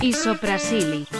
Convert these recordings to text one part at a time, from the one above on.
Isoprasili.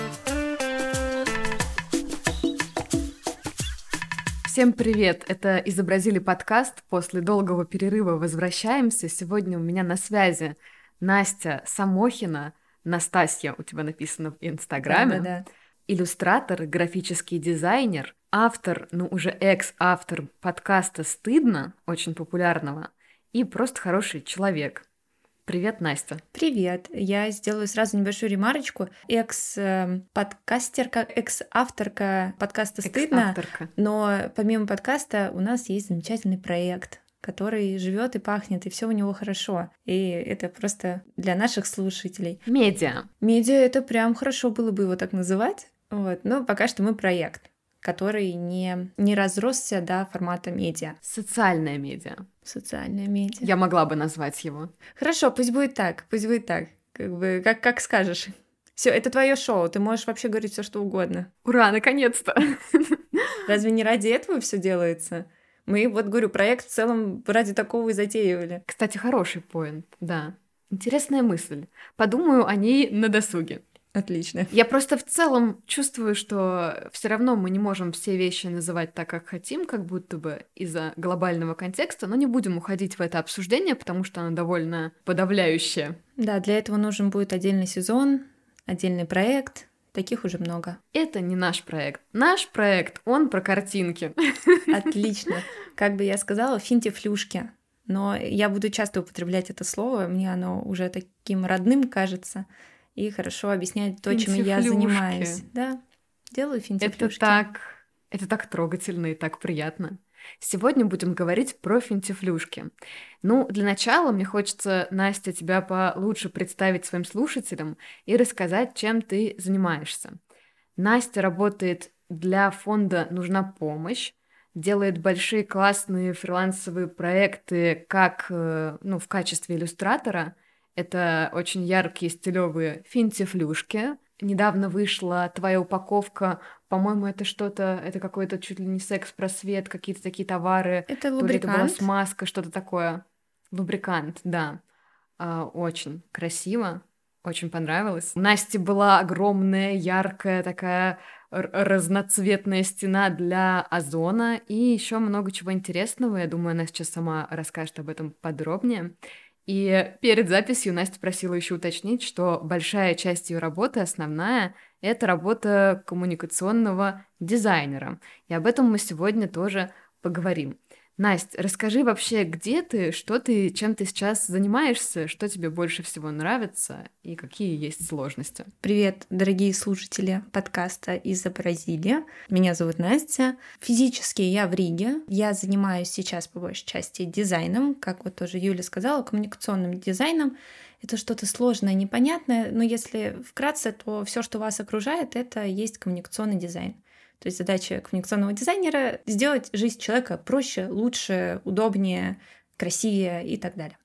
Всем привет! Это «Изобразили» подкаст. После долгого перерыва возвращаемся. Сегодня у меня на связи Настя Самохина. Настасья у тебя написано в Инстаграме. Да. Иллюстратор, графический дизайнер, автор, уже экс-автор подкаста «Стыдно», очень популярного, и просто хороший человек. Привет, Настя. Привет. Я сделаю сразу небольшую ремарочку. Экс-подкастерка, экс-авторка подкаста «Стыдно». Экс-авторка. Но помимо подкаста у нас есть замечательный проект, который живет и пахнет, и все у него хорошо. И это просто для наших слушателей. Медиа. Медиа — это прям хорошо было бы его так называть. Но пока что мы проект, который не разросся до формата медиа. Социальное медиа. Социальное медиа. Я могла бы назвать его. Хорошо, пусть будет так. Как скажешь. Все, это твое шоу, ты можешь вообще говорить все, что угодно. Ура, наконец-то! Разве не ради этого все делается? Мы, говорю, проект в целом ради такого и затеивали. Кстати, хороший поинт, да. Интересная мысль. Подумаю о ней на досуге. Отлично. Я просто в целом чувствую, что все равно мы не можем все вещи называть так, как хотим, как будто бы из-за глобального контекста, но не будем уходить в это обсуждение, потому что оно довольно подавляющее. Да, для этого нужен будет отдельный сезон, отдельный проект. Таких уже много. Это не наш проект. Наш проект, он про картинки. Отлично. Как бы я сказала, финтифлюшки. Но я буду часто употреблять это слово, мне оно уже таким родным кажется. И хорошо объяснять то, чем я занимаюсь. Да, делаю финтифлюшки. Это так трогательно и так приятно. Сегодня будем говорить про финтифлюшки. Для начала мне хочется, Настя, тебя получше представить своим слушателям и рассказать, чем ты занимаешься. Настя работает для фонда «Нужна помощь», делает большие классные фрилансовые проекты как в качестве иллюстратора. Это очень яркие стилевые финтифлюшки. Недавно вышла твоя упаковка, по-моему, это какой-то чуть ли не секс-просвет, какие-то такие товары. Это лубрикант. То ли это была смазка, что-то такое. Лубрикант, да. Очень красиво, очень понравилось. У Насти была огромная, яркая такая разноцветная стена для озона и еще много чего интересного. Я думаю, она сейчас сама расскажет об этом подробнее. И перед записью Настя просила еще уточнить, что большая часть ее работы, основная, это работа коммуникационного дизайнера. И об этом мы сегодня тоже поговорим. Настя, расскажи вообще, где ты, чем ты сейчас занимаешься, что тебе больше всего нравится и какие есть сложности? Привет, дорогие слушатели подкаста «Изобразили». Меня зовут Настя. Физически я в Риге. Я занимаюсь сейчас по большей части дизайном, как тоже Юля сказала, коммуникационным дизайном. Это что-то сложное, непонятное, но если вкратце, то все, что вас окружает, это есть коммуникационный дизайн. То есть задача коммуникационного дизайнера — сделать жизнь человека проще, лучше, удобнее, красивее и так далее.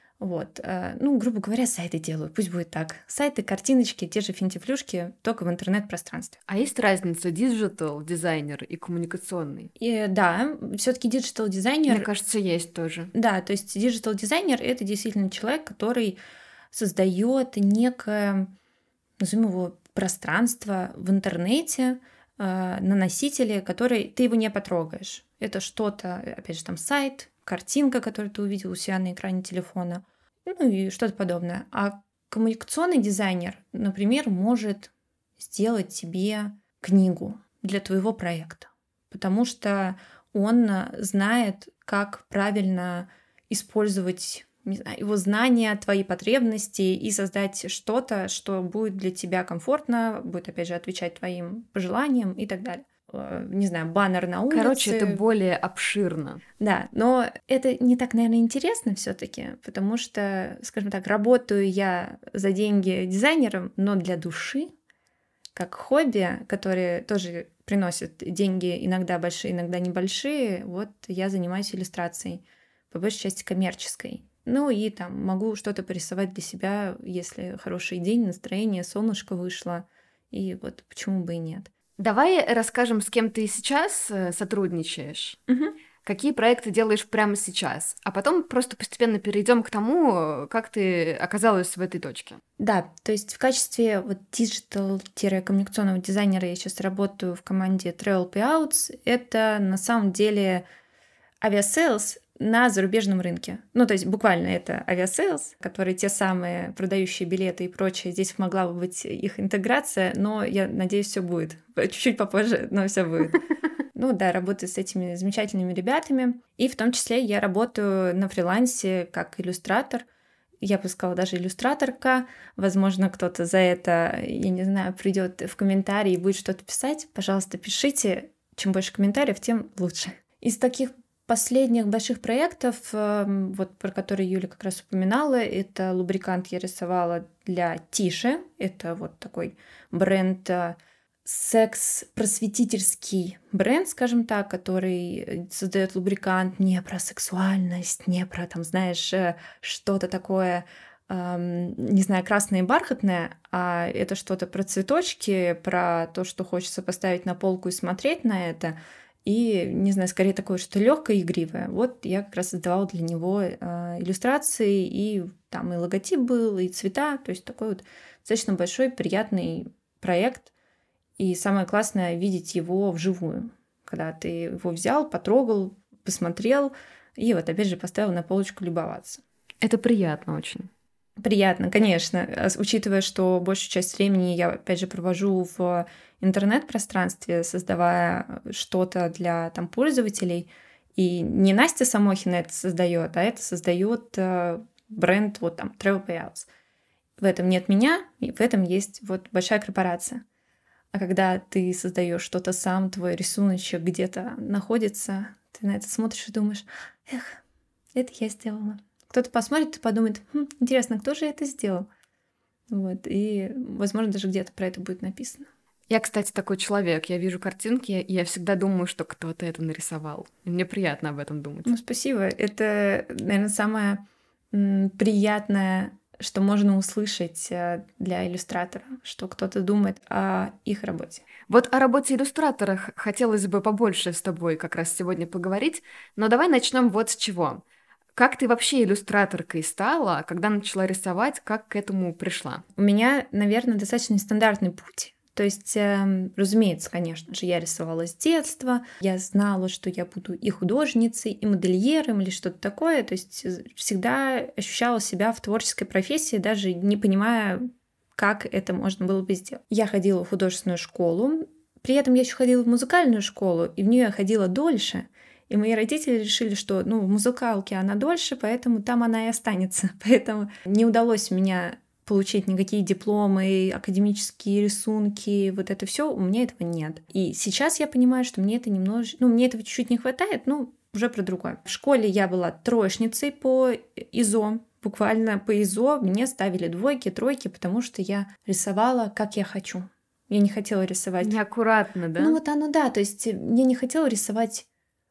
Грубо говоря, сайты делаю, пусть будет так. Сайты, картиночки, те же финтифлюшки, только в интернет-пространстве. А есть разница диджитал-дизайнер и коммуникационный? Да, все-таки диджитал-дизайнер... Мне кажется, есть тоже. Да, то есть диджитал-дизайнер — это действительно человек, который создает некое, назовем его, пространство в интернете, на носителе, который ты его не потрогаешь. Это что-то, опять же, там сайт, картинка, которую ты увидел у себя на экране телефона, и что-то подобное. А коммуникационный дизайнер, например, может сделать тебе книгу для твоего проекта, потому что он знает, как правильно использовать его знания, твои потребности и создать что-то, что будет для тебя комфортно, будет, опять же, отвечать твоим пожеланиям и так далее. Не знаю, баннер на улице. Короче, это более обширно. Да, но это не так, наверное, интересно все-таки, потому что, скажем так, работаю я за деньги дизайнером, но для души, как хобби, которые тоже приносят деньги, иногда большие, иногда небольшие, я занимаюсь иллюстрацией, по большей части коммерческой. И могу что-то порисовать для себя, если хороший день, настроение, солнышко вышло, и почему бы и нет. Давай расскажем, с кем ты сейчас сотрудничаешь. Угу. какие проекты делаешь прямо сейчас, а потом просто постепенно перейдем к тому, как ты оказалась в этой точке. Да, то есть в качестве вот диджитал-коммуникационного дизайнера я сейчас работаю в команде Travel Payouts. Это на самом деле авиасейлс на зарубежном рынке. Ну, то есть буквально это авиасейлс, которые те самые продающие билеты и прочее. Здесь могла бы быть их интеграция, но я надеюсь, все будет. Чуть-чуть попозже, но все будет. Ну да, работаю с этими замечательными ребятами. И в том числе я работаю на фрилансе как иллюстратор. Я бы сказала, даже иллюстраторка. Возможно, кто-то за это, я не знаю, придет в комментарии и будет что-то писать. Пожалуйста, пишите. Чем больше комментариев, тем лучше. Из таких последних больших проектов, вот про которые Юля как раз упоминала, это лубрикант я рисовала для Тиши. Это вот такой бренд, секс-просветительский бренд, скажем так, который создает лубрикант не про сексуальность, не про, там, знаешь, что-то такое, не знаю, красное и бархатное, а это что-то про цветочки, про то, что хочется поставить на полку и смотреть на это. И, не знаю, скорее такое что-то легкое и игривое. Вот я как раз создавала для него иллюстрации, и там и логотип был, и цвета. То есть такой вот достаточно большой, приятный проект. И самое классное — видеть его вживую, когда ты его взял, потрогал, посмотрел, и вот опять же поставил на полочку любоваться. Это приятно очень. Приятно, конечно, учитывая, что большую часть времени я, опять же, провожу в интернет-пространстве, создавая что-то для там пользователей. И не Настя Самохина это создает, а это создает бренд вот там Travel Payouts. В этом нет меня, и в этом есть вот большая корпорация. А когда ты создаешь что-то сам, твой рисуночек где-то находится, ты на это смотришь и думаешь: эх, это я сделала. Кто-то посмотрит и подумает: интересно, кто же это сделал? Вот, и, возможно, даже где-то про это будет написано. Я, кстати, такой человек. Я вижу картинки, и я всегда думаю, что кто-то это нарисовал. И мне приятно об этом думать. Ну, спасибо. Это, наверное, самое приятное, что можно услышать для иллюстратора, что кто-то думает о их работе. Вот о работе иллюстратора хотелось бы побольше с тобой как раз сегодня поговорить, но давай начнем вот с чего. Как ты вообще иллюстраторкой стала, когда начала рисовать, как к этому пришла? У меня, наверное, достаточно нестандартный путь. То есть, разумеется, конечно же, я рисовала с детства, я знала, что я буду и художницей, и модельером, или что-то такое. То есть всегда ощущала себя в творческой профессии, даже не понимая, как это можно было бы сделать. Я ходила в художественную школу, при этом я еще ходила в музыкальную школу, и в нее я ходила дольше. И мои родители решили, что в музыкалке она дольше, поэтому там она и останется. Поэтому не удалось у меня получить никакие дипломы, академические рисунки, вот это все, у меня этого нет. И сейчас я понимаю, что мне это немножко, мне этого чуть-чуть не хватает, уже про другое. В школе я была троечницей по ИЗО, буквально по ИЗО мне ставили 2, 3, потому что я рисовала, как я хочу. Я не хотела рисовать... Неаккуратно, да? Да, то есть я не хотела рисовать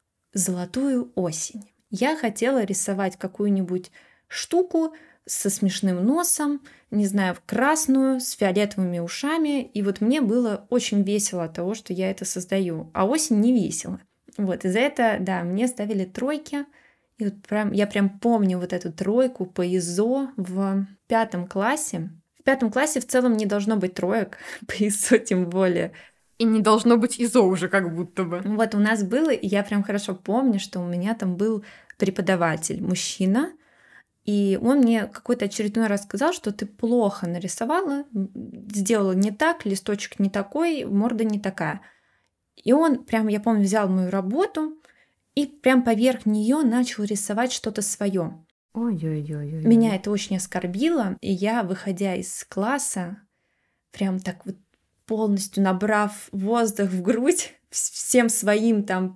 золотую осень. Я хотела рисовать какую-нибудь штуку со смешным носом, не знаю, красную, с фиолетовыми ушами. И вот мне было очень весело от того, что я это создаю. А осень не весело. Вот, и за это, да, мне ставили 3. И вот я прям помню вот эту 3 по ИЗО в 5 классе. В 5 классе в целом не должно быть 3 по ИЗО, тем более. И не должно быть ИЗО уже как будто бы. Вот у нас было, и я прям хорошо помню, что у меня там был преподаватель, мужчина, и он мне какой-то очередной раз сказал, что ты плохо нарисовала, сделала не так, листочек не такой, морда не такая. И он прям, я помню, взял мою работу и прям поверх нее начал рисовать что-то свое. Ой-ой-ой. Меня это очень оскорбило, и я, выходя из класса, прям так вот полностью набрав воздух в грудь, всем своим там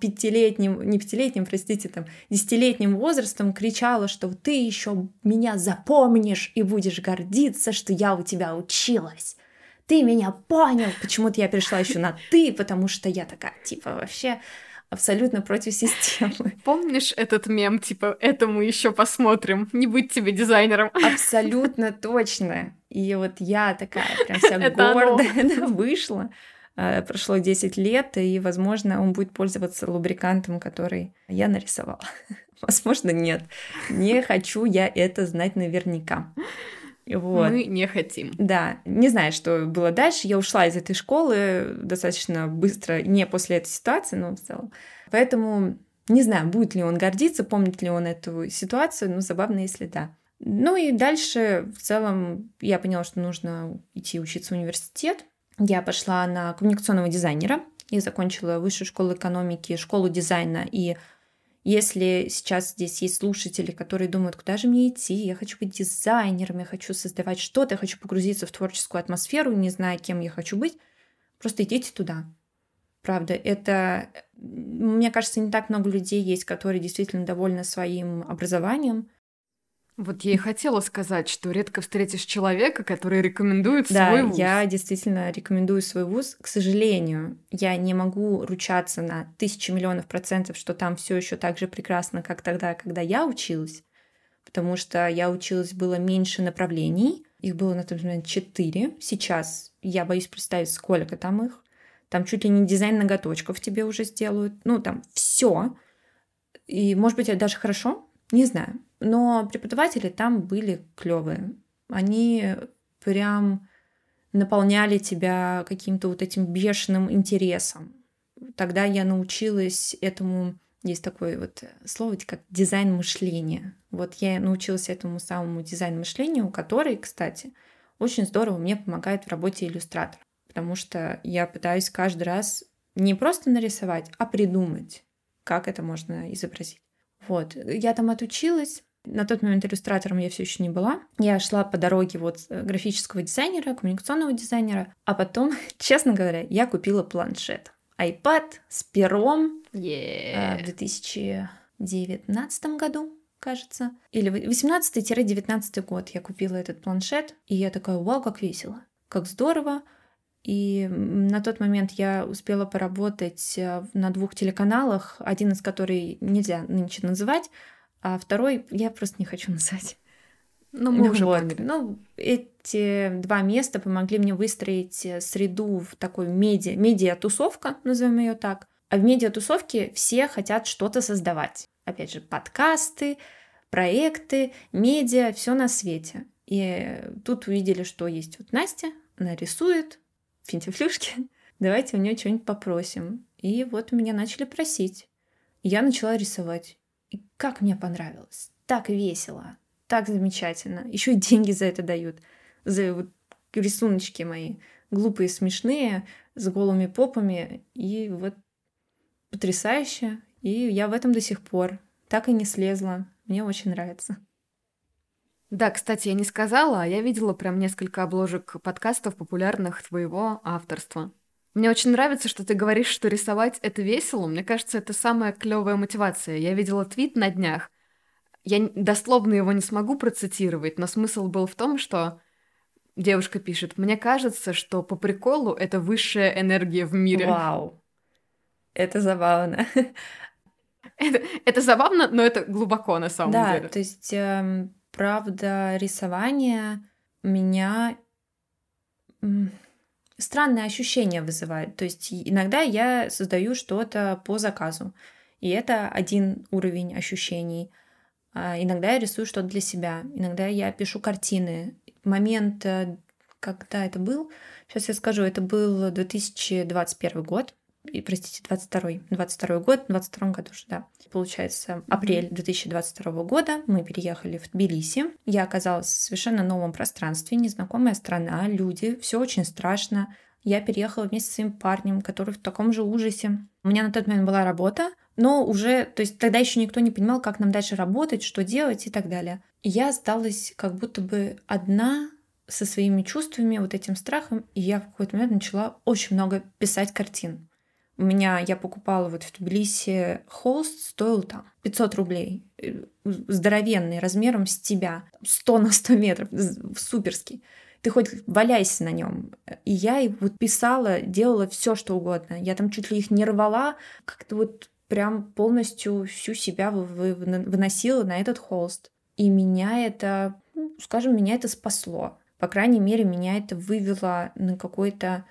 10-летним возрастом кричала, что ты еще меня запомнишь и будешь гордиться, что я у тебя училась. Ты меня понял. Почему-то я перешла еще на «ты», потому что я такая, вообще абсолютно против системы. Помнишь этот мем, это мы еще посмотрим, не быть тебе дизайнером? Абсолютно точно. И вот я такая прям вся гордая вышла. прошло 10 лет, и, возможно, он будет пользоваться лубрикантом, который я нарисовала. Возможно, нет. Не хочу я это знать наверняка. Вот. Мы не хотим. Да, не знаю, что было дальше. Я ушла из этой школы достаточно быстро, не после этой ситуации, но в целом. Поэтому не знаю, будет ли он гордиться, помнит ли он эту ситуацию, но забавно, если да. Ну и дальше в целом я поняла, что нужно идти учиться в университет. Я пошла на коммуникационного дизайнера. Я закончила высшую школу экономики, школу дизайна. И если сейчас здесь есть слушатели, которые думают, куда же мне идти, я хочу быть дизайнером, я хочу создавать что-то, я хочу погрузиться в творческую атмосферу, не зная, кем я хочу быть, просто идите туда. Правда, это, мне кажется, не так много людей есть, которые действительно довольны своим образованием. Вот я и хотела сказать, что редко встретишь человека, который рекомендует свой вуз. Да, я действительно рекомендую свой вуз. К сожалению, я не могу ручаться на 1000 000 000%, что там все еще так же прекрасно, как тогда, когда я училась, потому что я училась, было меньше направлений, их было на тот момент 4. Сейчас я боюсь представить, сколько там их. Там чуть ли не дизайн ноготочков тебе уже сделают. Ну, там все. И, может быть, это даже хорошо, не знаю. Но преподаватели там были клевые. Они прям наполняли тебя каким-то вот этим бешеным интересом. Тогда я научилась этому, есть такое вот слово, как дизайн мышления. Вот я научилась этому самому дизайн мышлению, который, кстати, очень здорово мне помогает в работе иллюстратора. Потому что я пытаюсь каждый раз не просто нарисовать, а придумать, как это можно изобразить. Вот, я там отучилась. На тот момент иллюстратором я все еще не была. Я шла по дороге вот графического дизайнера, коммуникационного дизайнера, а потом, честно говоря, я купила планшет. iPad с пером в 2019 году, кажется. Или 18-19 год я купила этот планшет, и я такая, вау, как весело, как здорово. И на тот момент я успела поработать на 2 телеканалах, один из которых нельзя нынче называть, а второй я просто не хочу называть. Ну, мы уже поняли. Ну, эти 2 места помогли мне выстроить среду в такой медиа-тусовка, назовем ее так. А в медиа-тусовке все хотят что-то создавать. Опять же, подкасты, проекты, медиа, все на свете. И тут увидели, что есть вот Настя, она рисует, финтифлюшки, давайте у нее что-нибудь попросим. И вот меня начали просить. Я начала рисовать. И как мне понравилось. Так весело, так замечательно. Еще и деньги за это дают. За вот рисуночки мои. Глупые, смешные, с голыми попами. И вот потрясающе. И я в этом до сих пор. Так и не слезла. Мне очень нравится. Да, кстати, я не сказала, а я видела прям несколько обложек подкастов популярных твоего авторства. Мне очень нравится, что ты говоришь, что рисовать — это весело. Мне кажется, это самая клевая мотивация. Я видела твит на днях. Я дословно его не смогу процитировать, но смысл был в том, что девушка пишет: «Мне кажется, что по приколу это высшая энергия в мире». Вау, это забавно. Это забавно, но это глубоко на самом деле. Да, то есть, правда, рисование меня странные ощущения вызывает. То есть иногда я создаю что-то по заказу, и это один уровень ощущений. А иногда я рисую что-то для себя, иногда я пишу картины. Момент, когда это был, сейчас я скажу, это был 2021 год, и, простите, 22 год, в 22 году уже, да. Получается, апрель 2022 года мы переехали в Тбилиси. Я оказалась в совершенно новом пространстве, незнакомая страна, люди, все очень страшно. Я переехала вместе со своим парнем, который в таком же ужасе. У меня на тот момент была работа, но уже, то есть тогда еще никто не понимал, как нам дальше работать, что делать и так далее. И я осталась как будто бы одна со своими чувствами, вот этим страхом, и я в какой-то момент начала очень много писать картин. Я покупала вот в Тбилиси холст, стоил там 500 рублей. Здоровенный, размером с тебя. 100 на 100 метров. Суперский. Ты хоть валяйся на нем. И я и вот писала, делала все что угодно. Я там чуть ли их не рвала, как-то вот прям полностью всю себя выносила на этот холст. И меня это, скажем, меня это спасло. По крайней мере, меня это вывело на какой-то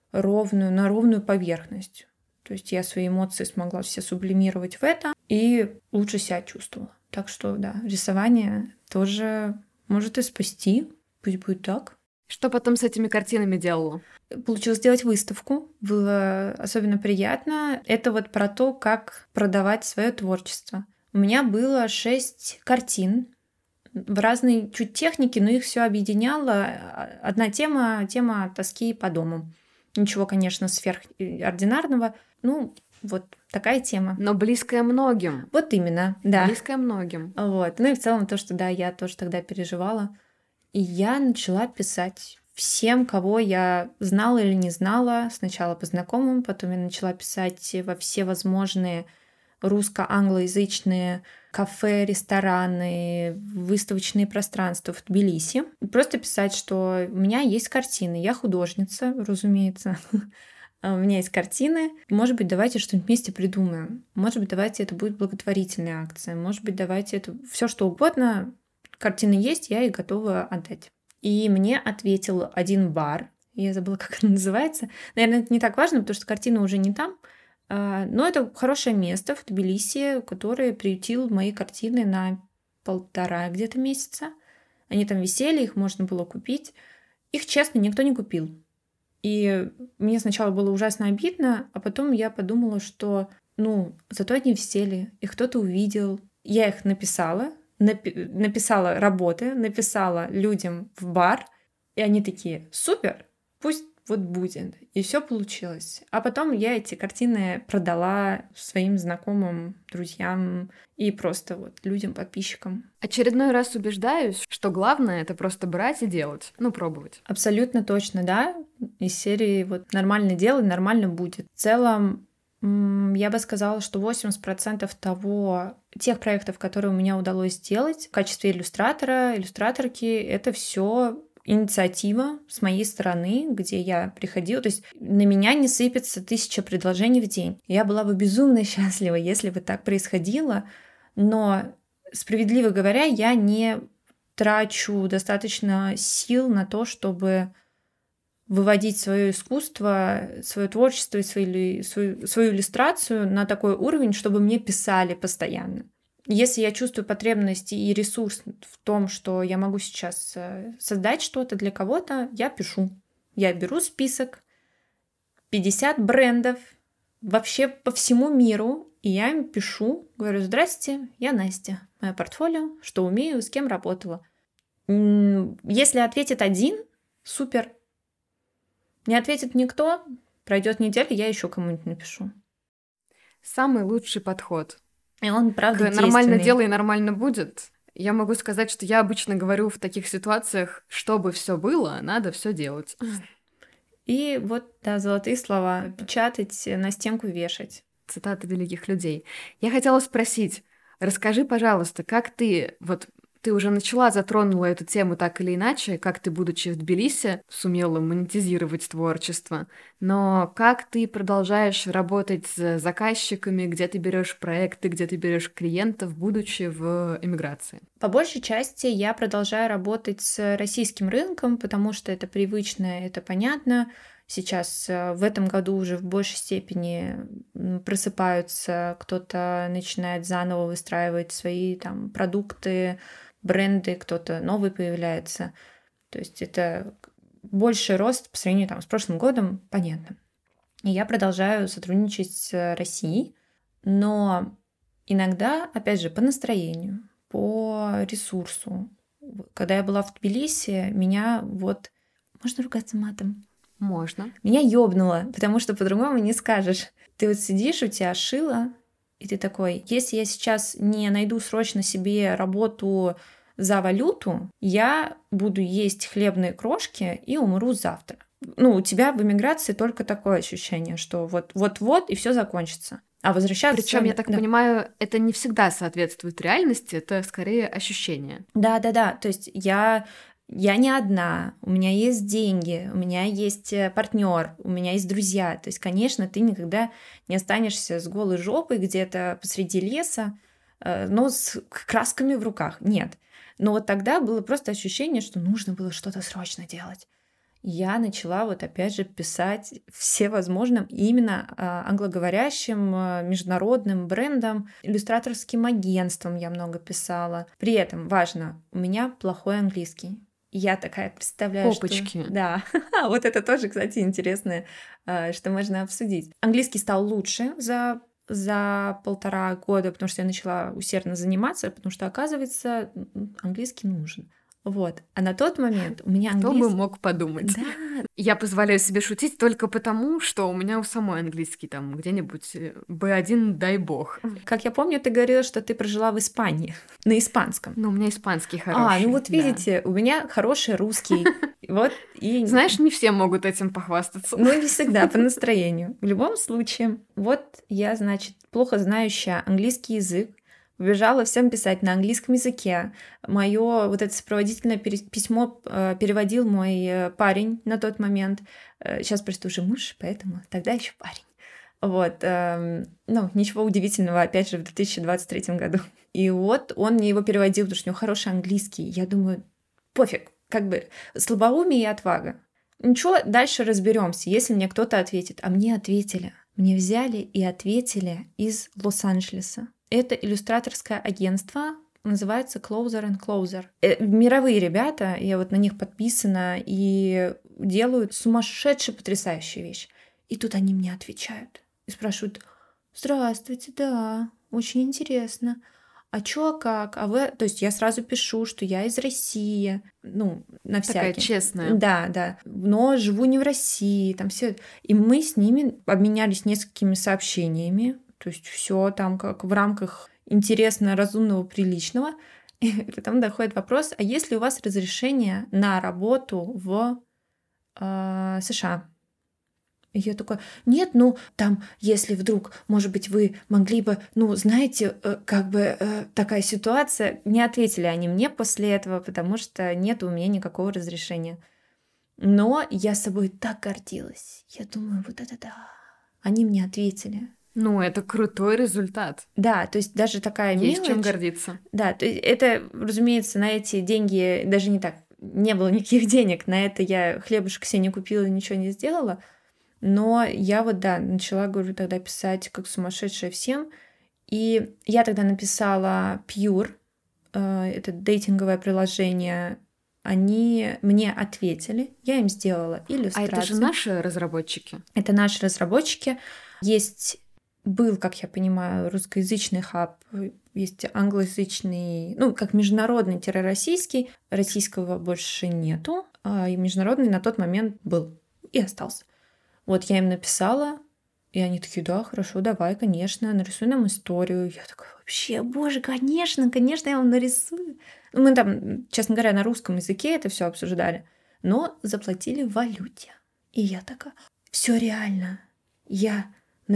на ровную поверхность. То есть я свои эмоции смогла все сублимировать в это и лучше себя чувствовала. Так что, да, рисование тоже может и спасти. Пусть будет так. Что потом с этими картинами делала? Получилось сделать выставку. Было особенно приятно. Это вот про то, как продавать свое творчество. У меня было 6 картин в разной чуть технике, но их все объединяло. Одна тема тоски по дому. Ничего, конечно, сверхординарного. Ну, вот такая тема. Но близкая многим. Вот именно, да. Близкая многим. Вот. Ну и в целом то, что да, я тоже тогда переживала. И я начала писать всем, кого я знала или не знала. Сначала по знакомым, потом я начала писать во все возможные русско-англоязычные кафе, рестораны, выставочные пространства в Тбилиси. Просто писать, что у меня есть картины, я художница, разумеется. У меня есть картины. Может быть, давайте что-нибудь вместе придумаем. Может быть, давайте это будет благотворительная акция. Может быть, давайте это все что угодно. Картины есть, я их готова отдать. И мне ответил один бар. Я забыла, как он называется. Наверное, это не так важно, потому что картина уже не там. Но это хорошее место в Тбилиси, которое приютило мои картины на 1,5 где-то месяца. Они там висели, их можно было купить. Их, честно, никто не купил. И мне сначала было ужасно обидно, а потом я подумала, что, зато они висели, их кто-то увидел. Я их написала, написала работы, написала людям в бар, и они такие: супер, пусть вот будет. И все получилось. А потом я эти картины продала своим знакомым, друзьям и просто вот людям, подписчикам. Очередной раз убеждаюсь, что главное — это просто брать и делать. Пробовать. Абсолютно точно, да. Из серии вот нормально делай, нормально будет. В целом, я бы сказала, что 80% тех проектов, которые у меня удалось сделать в качестве иллюстраторки, это все инициатива с моей стороны, где я приходила. То есть на меня не сыпется 1000 предложений в день. Я была бы безумно счастлива, если бы так происходило, но, справедливо говоря, я не трачу достаточно сил на то, чтобы выводить свое искусство, свое творчество и свою иллюстрацию на такой уровень, чтобы мне писали постоянно. Если я чувствую потребность и ресурс в том, что я могу сейчас создать что-то для кого-то, я пишу. Я беру список, 50 брендов вообще по всему миру, и я им пишу, говорю: здрасте, я Настя, мое портфолио, что умею, с кем работала. Если ответит один, супер. Не ответит никто, пройдет неделя, я еще кому-нибудь напишу. Самый лучший подход. И он, правда, действенный. Нормально делай, нормально будет. Я могу сказать, что я обычно говорю в таких ситуациях: чтобы все было, надо все делать. И вот, да, золотые слова. Печатать, на стенку вешать. Цитаты великих людей. Я хотела спросить, расскажи, пожалуйста, как ты уже затронула эту тему так или иначе, как ты, будучи в Тбилиси, сумела монетизировать творчество, но как ты продолжаешь работать с заказчиками, где ты берешь проекты, где ты берешь клиентов, будучи в эмиграции? По большей части я продолжаю работать с российским рынком, потому что это привычно, это понятно. Сейчас в этом году уже в большей степени просыпаются, кто-то начинает заново выстраивать свои там продукты, бренды, кто-то новый появляется. То есть это больший рост по сравнению с прошлым годом, понятно. И я продолжаю сотрудничать с Россией, но иногда, опять же, по настроению, по ресурсу. Когда я была в Тбилиси, меня Можно ругаться матом? Можно. Меня ёбнуло, потому что по-другому не скажешь. Ты вот сидишь, у тебя шило, и ты такой: если я сейчас не найду срочно себе работу за валюту, я буду есть хлебные крошки и умру завтра. У тебя в эмиграции только такое ощущение, что вот-вот и все закончится. А возвращаться... Причем, я так понимаю, это не всегда соответствует реальности, это скорее ощущение. Да. То есть я не одна, у меня есть деньги, у меня есть партнер, у меня есть друзья. То есть, конечно, ты никогда не останешься с голой жопой где-то посреди леса, но с красками в руках. Нет. Но вот тогда было просто ощущение, что нужно было что-то срочно делать. я начала вот опять же писать всевозможным именно англоговорящим международным брендам, иллюстраторским агентствам я много писала. При этом важно, у меня плохой английский. Я такая представляю, Опачки. что... Да, вот это тоже, кстати, интересное, что можно обсудить. Английский стал лучше за 1,5 года, потому что я начала усердно заниматься, потому что, оказывается, английский нужен. Вот. А на тот момент у меня Кто английский... бы мог подумать? Да, Я позволяю себе шутить только потому, что у меня у самой английский там где-нибудь B1, дай бог. как я помню, ты говорила, что ты прожила в Испании на испанском. Но у меня испанский хороший. Ну вот да. видите, у меня хороший русский. Вот и... Знаешь, не все могут этим похвастаться. Ну, не всегда, по настроению. В любом случае, вот я, значит, плохо знающая английский язык, убежала всем писать на английском языке. Мое вот это сопроводительное письмо переводил мой парень на тот момент. Сейчас просто уже муж, поэтому тогда еще парень. Вот, ну, ничего удивительного, опять же, в 2023 году. И вот он мне его переводил, потому что у него хороший английский. Я думаю, пофиг, как бы слабоумие и отвага. Ничего, дальше разберемся, если мне кто-то ответит. А мне ответили. Мне взяли и ответили из Лос-Анджелеса. Это иллюстраторское агентство, называется Closer and Closer. Мировые ребята, я вот на них подписана, и делают сумасшедшие, потрясающие вещи. И тут они мне отвечают и спрашивают: «Здравствуйте, да, очень интересно. А чё, а как? А вы...» То есть я сразу пишу, что я из России, ну, на всякий. Такая честная. Да, да. Но живу не в России, там все. И мы с ними обменялись несколькими сообщениями. То есть все там как в рамках интересно, разумного, приличного. И потом доходит вопрос: а есть ли у вас разрешение на работу в США? И я такая: нет, ну, там, если вдруг, может быть, вы могли бы, ну, знаете, как бы такая ситуация. Не ответили они мне после этого, потому что нет у меня никакого разрешения. Но я собой так гордилась. Я думаю, вот это да. Они мне ответили. Ну, это крутой результат. Да, то есть даже такая Есть чем мелочь. гордиться. Да, то есть это, разумеется, на эти деньги даже не так. Не было никаких денег. На это я хлебушек себе не купила, ничего не сделала. Но я вот, да, начала, говорю, тогда писать как сумасшедшая всем. И я тогда написала Pure, это дейтинговое приложение. Они мне ответили, я им сделала иллюстрацию. А это же наши разработчики? Это наши разработчики. Был, как я понимаю, русскоязычный хаб, есть англоязычный, ну, как международный-российский. Российского больше нету, и международный на тот момент был и остался. Вот я им написала, и они такие: да, хорошо, давай, конечно, нарисуй нам историю. Я такая: вообще, боже, конечно, я вам нарисую. Мы там, честно говоря, на русском языке это все обсуждали, но заплатили в валюте. И я такая: все реально. Я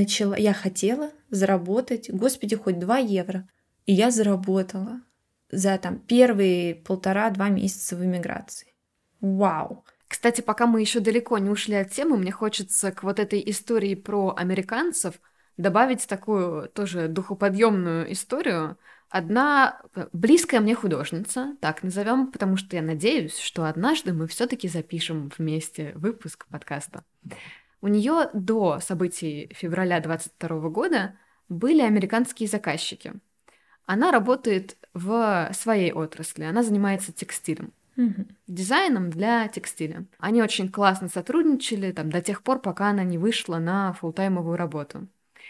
хотела заработать, господи, хоть 2 евро. И я заработала за там первые 1,5-2 месяца в эмиграции. Вау! Кстати, пока мы еще далеко не ушли от темы, мне хочется к вот этой истории про американцев добавить такую тоже духоподъемную историю. Одна близкая мне художница, так назовем, потому что я надеюсь, что однажды мы все-таки запишем вместе выпуск подкаста. У нее до событий февраля 2022 года были американские заказчики. Она работает в своей отрасли, она занимается текстилем. Дизайном для текстиля. Они очень классно сотрудничали там, до тех пор, пока она не вышла на фуллтаймовую работу.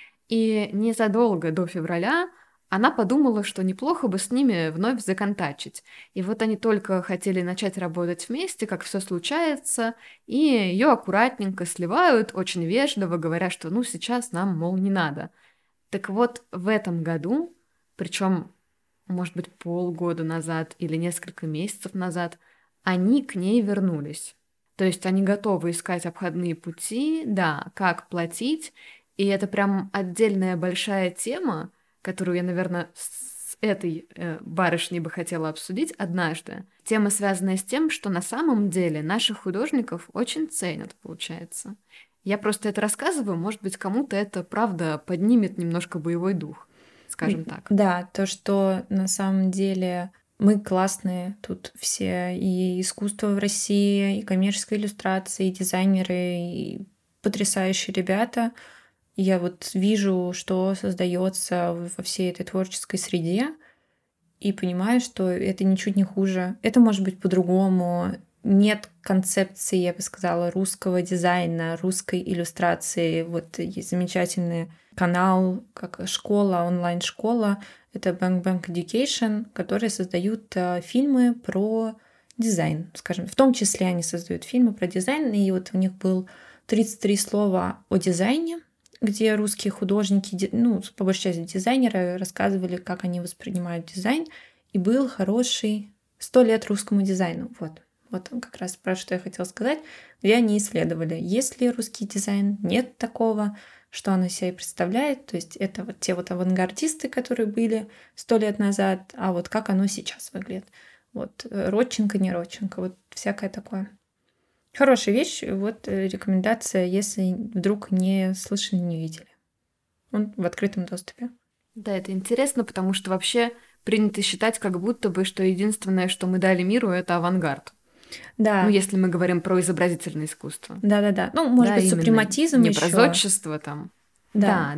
И незадолго до февраля она подумала, что неплохо бы с ними вновь законтачить. И вот они только хотели начать работать вместе, как все случается, и ее аккуратненько сливают, очень вежливо, говоря, что ну сейчас нам, мол, не надо. Так вот, в этом году, причем может быть, полгода назад или несколько месяцев назад, они к ней вернулись. То есть они готовы искать обходные пути, да, как платить, и это прям отдельная большая тема, которую я, наверное, с этой барышней бы хотела обсудить однажды. Тема, связанная с тем, что на самом деле наших художников очень ценят, получается. Я просто это рассказываю, может быть, кому-то это, правда, поднимет немножко боевой дух, скажем так. Да, то, что на самом деле Мы классные тут все, и искусство в России, и коммерческая иллюстрация, и дизайнеры, и потрясающие ребята. И я вот вижу, что создается во всей этой творческой среде, и понимаю, что это ничуть не хуже. Это может быть по-другому. Нет концепции, я бы сказала, русского дизайна, русской иллюстрации. Вот есть замечательный канал, как школа, онлайн-школа. Это Bang Bang Education, которые создают фильмы про дизайн, скажем. В том числе они создают фильмы про дизайн. И вот у них был 33 слова о дизайне, где русские художники, ну, по большей части дизайнеры, рассказывали, как они воспринимают дизайн. И был хороший 100 лет русскому дизайну. Вот как раз про что я хотела сказать, где они исследовали, есть ли русский дизайн, нет такого, что он из себя представляет. То есть это вот те вот авангардисты, которые были 100 лет назад, а вот как оно сейчас выглядит. Вот Родченко, не Родченко, вот всякое такое. Хорошая вещь, вот рекомендация, если вдруг не слышали, не видели. Он в открытом доступе. Да, это интересно, потому что вообще принято считать, как будто бы, что единственное, что мы дали миру, это авангард. Да. Ну, если мы говорим про изобразительное искусство. Да. Ну, может быть, супрематизм не еще. про зодчество там. Да.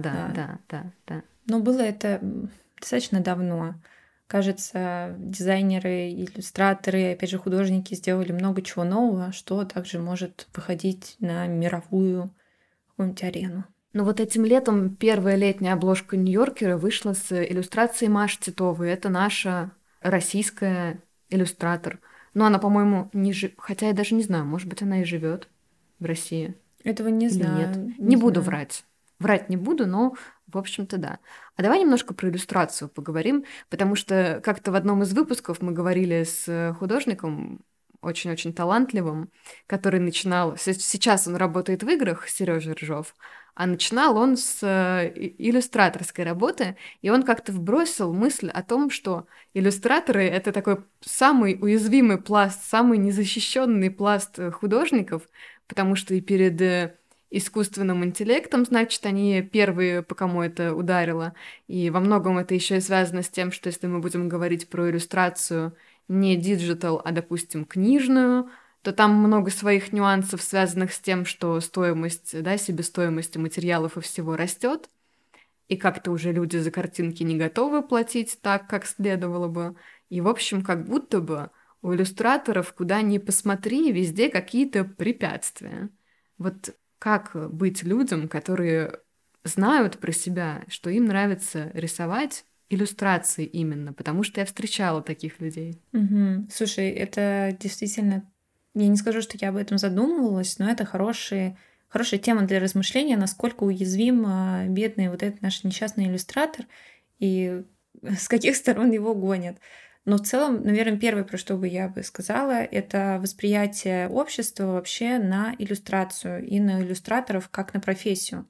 Но было это достаточно давно. Кажется, дизайнеры, иллюстраторы, опять же, художники сделали много чего нового, что также может выходить на мировую какую-нибудь арену. Ну вот этим летом первая летняя обложка Нью-Йоркера вышла с иллюстрацией Маши Титовой. Это наша российская иллюстратор. Но она, по-моему, хотя я даже не знаю, может быть, она и живет в России. Этого не или знаю. Нет. Не буду врать. Врать не буду, но, в общем-то, да. А давай немножко про иллюстрацию поговорим, потому что как-то в одном из выпусков мы говорили с художником, очень-очень талантливым, который начинал... Сейчас он работает в играх, Сережа Рыжов, а начинал он с иллюстраторской работы, и он как-то вбросил мысль о том, что иллюстраторы — это такой самый уязвимый пласт, самый незащищенный пласт художников, потому что и перед искусственным интеллектом, значит, они первые, по кому это ударило. И во многом это еще и связано с тем, что если мы будем говорить про иллюстрацию не диджитал, а, допустим, книжную, то там много своих нюансов, связанных с тем, что стоимость, да, себестоимость материалов и всего растет, и как-то уже люди за картинки не готовы платить так, как следовало бы. И, в общем, как будто бы у иллюстраторов, куда ни посмотри, везде какие-то препятствия. Вот как быть людям, которые знают про себя, что им нравится рисовать иллюстрации именно, потому что я встречала таких людей. Угу. Слушай, это действительно... Я не скажу, что я об этом задумывалась, но это хорошая тема для размышления, насколько уязвим бедный вот этот наш несчастный иллюстратор и с каких сторон его гонят. Но в целом, наверное, первое, про что бы я бы сказала, это восприятие общества вообще на иллюстрацию и на иллюстраторов как на профессию.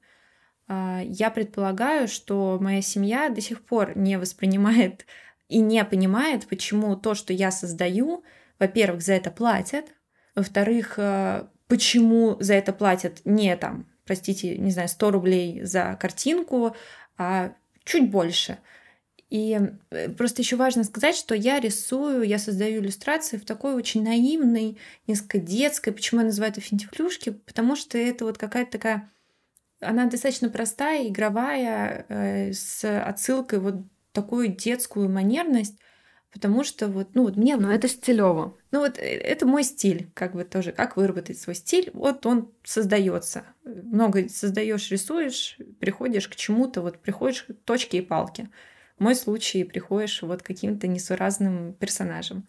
Я предполагаю, что моя семья до сих пор не воспринимает и не понимает, почему то, что я создаю, во-первых, за это платят, во-вторых, почему за это платят не там, простите, не знаю, 100 рублей за картинку, а чуть больше. И просто еще важно сказать, что я создаю иллюстрации в такой очень наивной, несколько детской. Почему я называю это финтифлюшки? Потому что это вот какая-то такая... Она достаточно простая, игровая, с отсылкой вот такую детскую манерность, потому что мне... Но это стилёво. Это мой стиль, как бы тоже, как выработать свой стиль. Вот он создается. Много создаешь, рисуешь, приходишь к чему-то, приходишь к точке и палке. В мой случай приходишь к каким-то несуразным персонажам.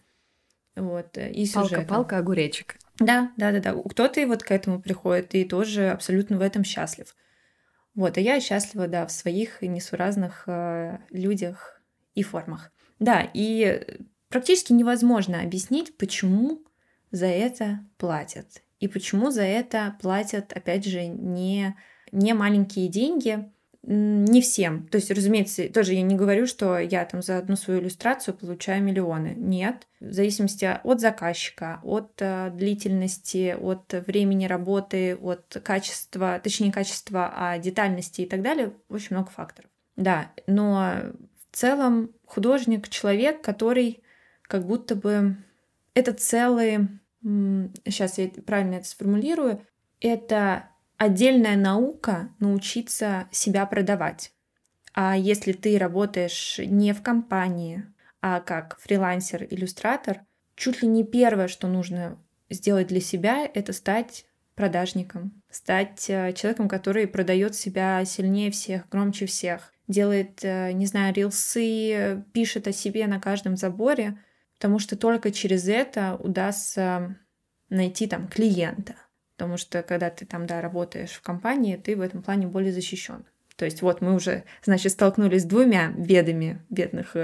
И сюжетом. Палка, огуречек. Да. Кто-то и к этому приходит, и тоже абсолютно в этом счастлив. А я счастлива, да, в своих несуразных людях и формах. Да, и практически невозможно объяснить, почему за это платят. И почему за это платят, опять же, не маленькие деньги. Не всем. То есть, разумеется, тоже я не говорю, что я там за одну свою иллюстрацию получаю миллионы. Нет. В зависимости от заказчика, от длительности, от времени работы, от качества, точнее, качества, а детальности и так далее. Очень много факторов. Да, но в целом художник — человек, который как будто бы это целый, сейчас я правильно это сформулирую, это отдельная наука научиться себя продавать. А если ты работаешь не в компании, а как фрилансер-иллюстратор, чуть ли не первое, что нужно сделать для себя, это стать продажником, стать человеком, который продает себя сильнее всех, громче всех, делает, не знаю, рилсы, пишет о себе на каждом заборе, потому что только через это удастся найти там клиента. Потому что когда ты там, да, работаешь в компании, ты в этом плане более защищен. То есть вот мы уже, значит, столкнулись с двумя бедами бедных,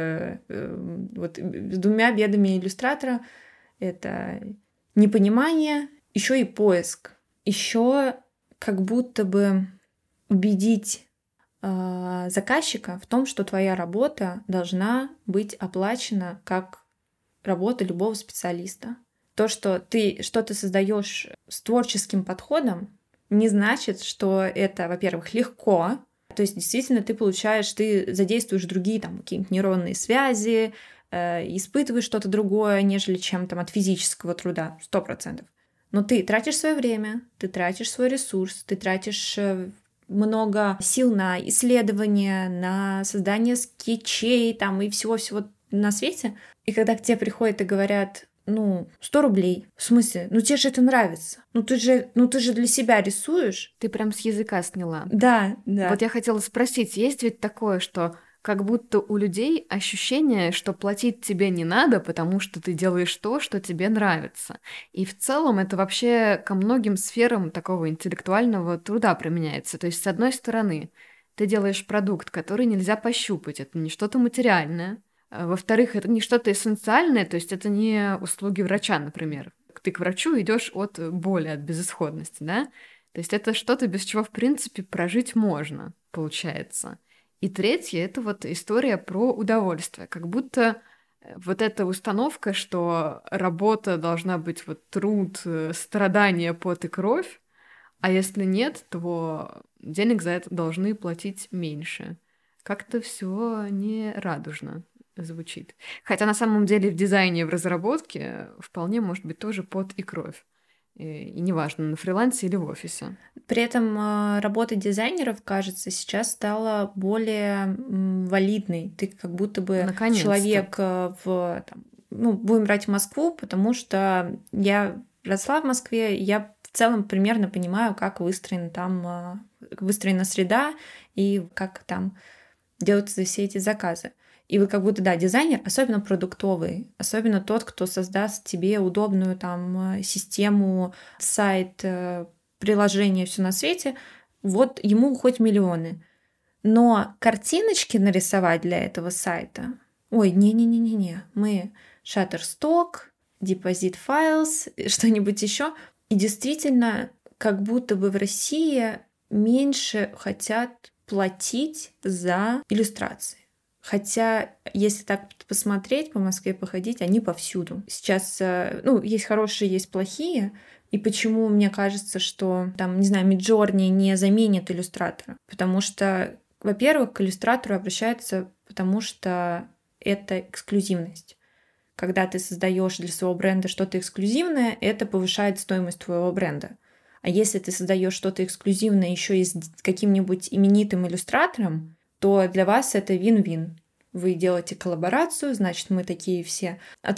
вот с двумя бедами иллюстратора. Это непонимание, еще и поиск. Еще как будто бы убедить заказчика в том, что твоя работа должна быть оплачена как работа любого специалиста. То, что ты что-то создаешь с творческим подходом, не значит, что это, во-первых, легко. То есть действительно ты задействуешь другие там какие-нибудь нейронные связи, испытываешь что-то другое, нежели чем там от физического труда, 100%. Но ты тратишь свое время, ты тратишь свой ресурс, ты тратишь много сил на исследования, на создание скетчей там и всего-всего на свете. И когда к тебе приходят и говорят: 100 рублей. В смысле? Тебе же это нравится. Ты же для себя рисуешь. Ты прям с языка сняла. Да. Вот я хотела спросить, есть ведь такое, что как будто у людей ощущение, что платить тебе не надо, потому что ты делаешь то, что тебе нравится. И в целом это вообще ко многим сферам такого интеллектуального труда применяется. То есть, с одной стороны, ты делаешь продукт, который нельзя пощупать, это не что-то материальное. Во-вторых, это не что-то эссенциальное, то есть это не услуги врача, например. Ты к врачу идешь от боли, от безысходности, да? То есть это что-то, без чего, в принципе, прожить можно, получается. И третье — это вот история про удовольствие. Как будто вот эта установка, что работа должна быть вот труд, страдания, пот и кровь, а если нет, то денег за это должны платить меньше. Как-то все не радужно звучит. Хотя на самом деле в дизайне, в разработке вполне может быть тоже пот и кровь. И неважно, на фрилансе или в офисе. При этом работа дизайнеров, кажется, сейчас стала более валидной. Ты как будто бы человек будем брать Москву, потому что я росла в Москве, я в целом примерно понимаю, как выстроена среда и как там делаются все эти заказы. И вы как будто, да, дизайнер, особенно продуктовый, особенно тот, кто создаст тебе удобную там систему, сайт, приложение, все на свете, вот ему хоть миллионы. Но картиночки нарисовать для этого сайта, не-не-не-не-не, мы Shutterstock, Deposit Files, что-нибудь еще. И действительно, как будто бы в России меньше хотят платить за иллюстрации. Хотя, если так посмотреть, по Москве походить, они повсюду. Сейчас, есть хорошие, есть плохие. И почему мне кажется, что, там, не знаю, Midjourney не заменит иллюстратора? Потому что, во-первых, к иллюстратору обращаются, потому что это эксклюзивность. Когда ты создаешь для своего бренда что-то эксклюзивное, это повышает стоимость твоего бренда. А если ты создаешь что-то эксклюзивное еще и с каким-нибудь именитым иллюстратором, то для вас это вин-вин. Вы делаете коллаборацию, значит, мы такие все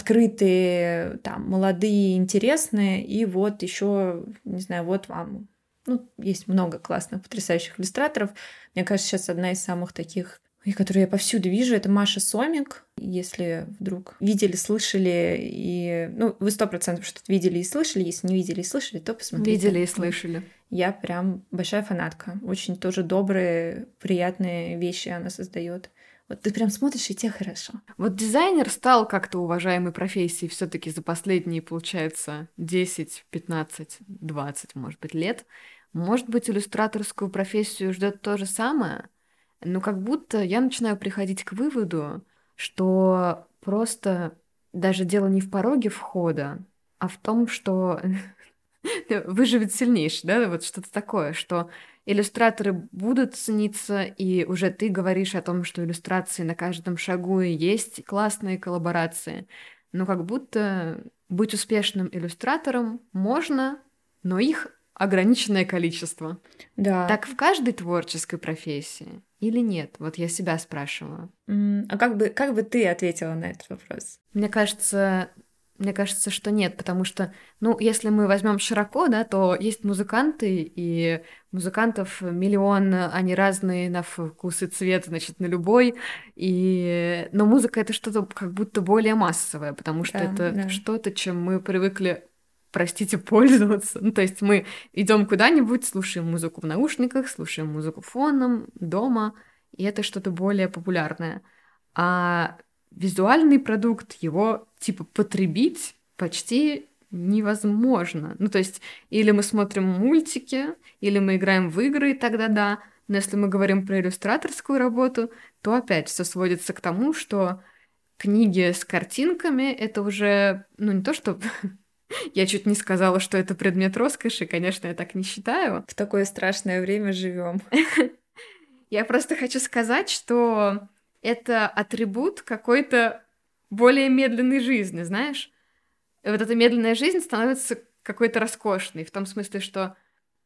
открытые, там, молодые, интересные, и вот еще, не знаю, вот вам. Есть много классных, потрясающих иллюстраторов. Мне кажется, сейчас одна из самых таких, которую я повсюду вижу, это Маша Сомик. Если вдруг видели, слышали, и... вы 100% что-то видели и слышали. Если не видели и слышали, то посмотрите. Видели и слышали. Я прям большая фанатка. Очень тоже добрые, приятные вещи она создает. Вот ты прям смотришь, и тебе хорошо. Вот дизайнер стал как-то уважаемой профессией все-таки за последние, получается, 10, 15, 20, может быть, лет. Может быть, иллюстраторскую профессию ждет то же самое? Но как будто я начинаю приходить к выводу, что просто даже дело не в пороге входа, а в том, что выживет сильнейший, да, вот что-то такое, что иллюстраторы будут цениться, и уже ты говоришь о том, что иллюстрации на каждом шагу и есть классные коллаборации. но как будто быть успешным иллюстратором можно, но их ограниченное количество. Да. Так в каждой творческой профессии или нет? Вот я себя спрашиваю. А как бы ты ответила на этот вопрос? Мне кажется, что нет, потому что, ну, если мы возьмем широко, да, то есть музыканты, и музыкантов миллион, они разные на вкус и цвет, значит, на любой, но музыка — это что-то как будто более массовое, потому что это что-то, чем мы привыкли, простите, пользоваться. Ну, то есть мы идем куда-нибудь, слушаем музыку в наушниках, слушаем музыку фоном, дома, и это что-то более популярное. А визуальный продукт, его, типа, потребить почти невозможно. Ну, то есть, или мы смотрим мультики, или мы играем в игры, и тогда да. Но если мы говорим про иллюстраторскую работу, то опять все сводится к тому, что книги с картинками — это уже, ну, не то, что... Я чуть не сказала, что это предмет роскоши, конечно, я так не считаю. В такое страшное время живем. Я просто хочу сказать, что это атрибут какой-то более медленной жизни, знаешь? И вот эта медленная жизнь становится какой-то роскошной, в том смысле, что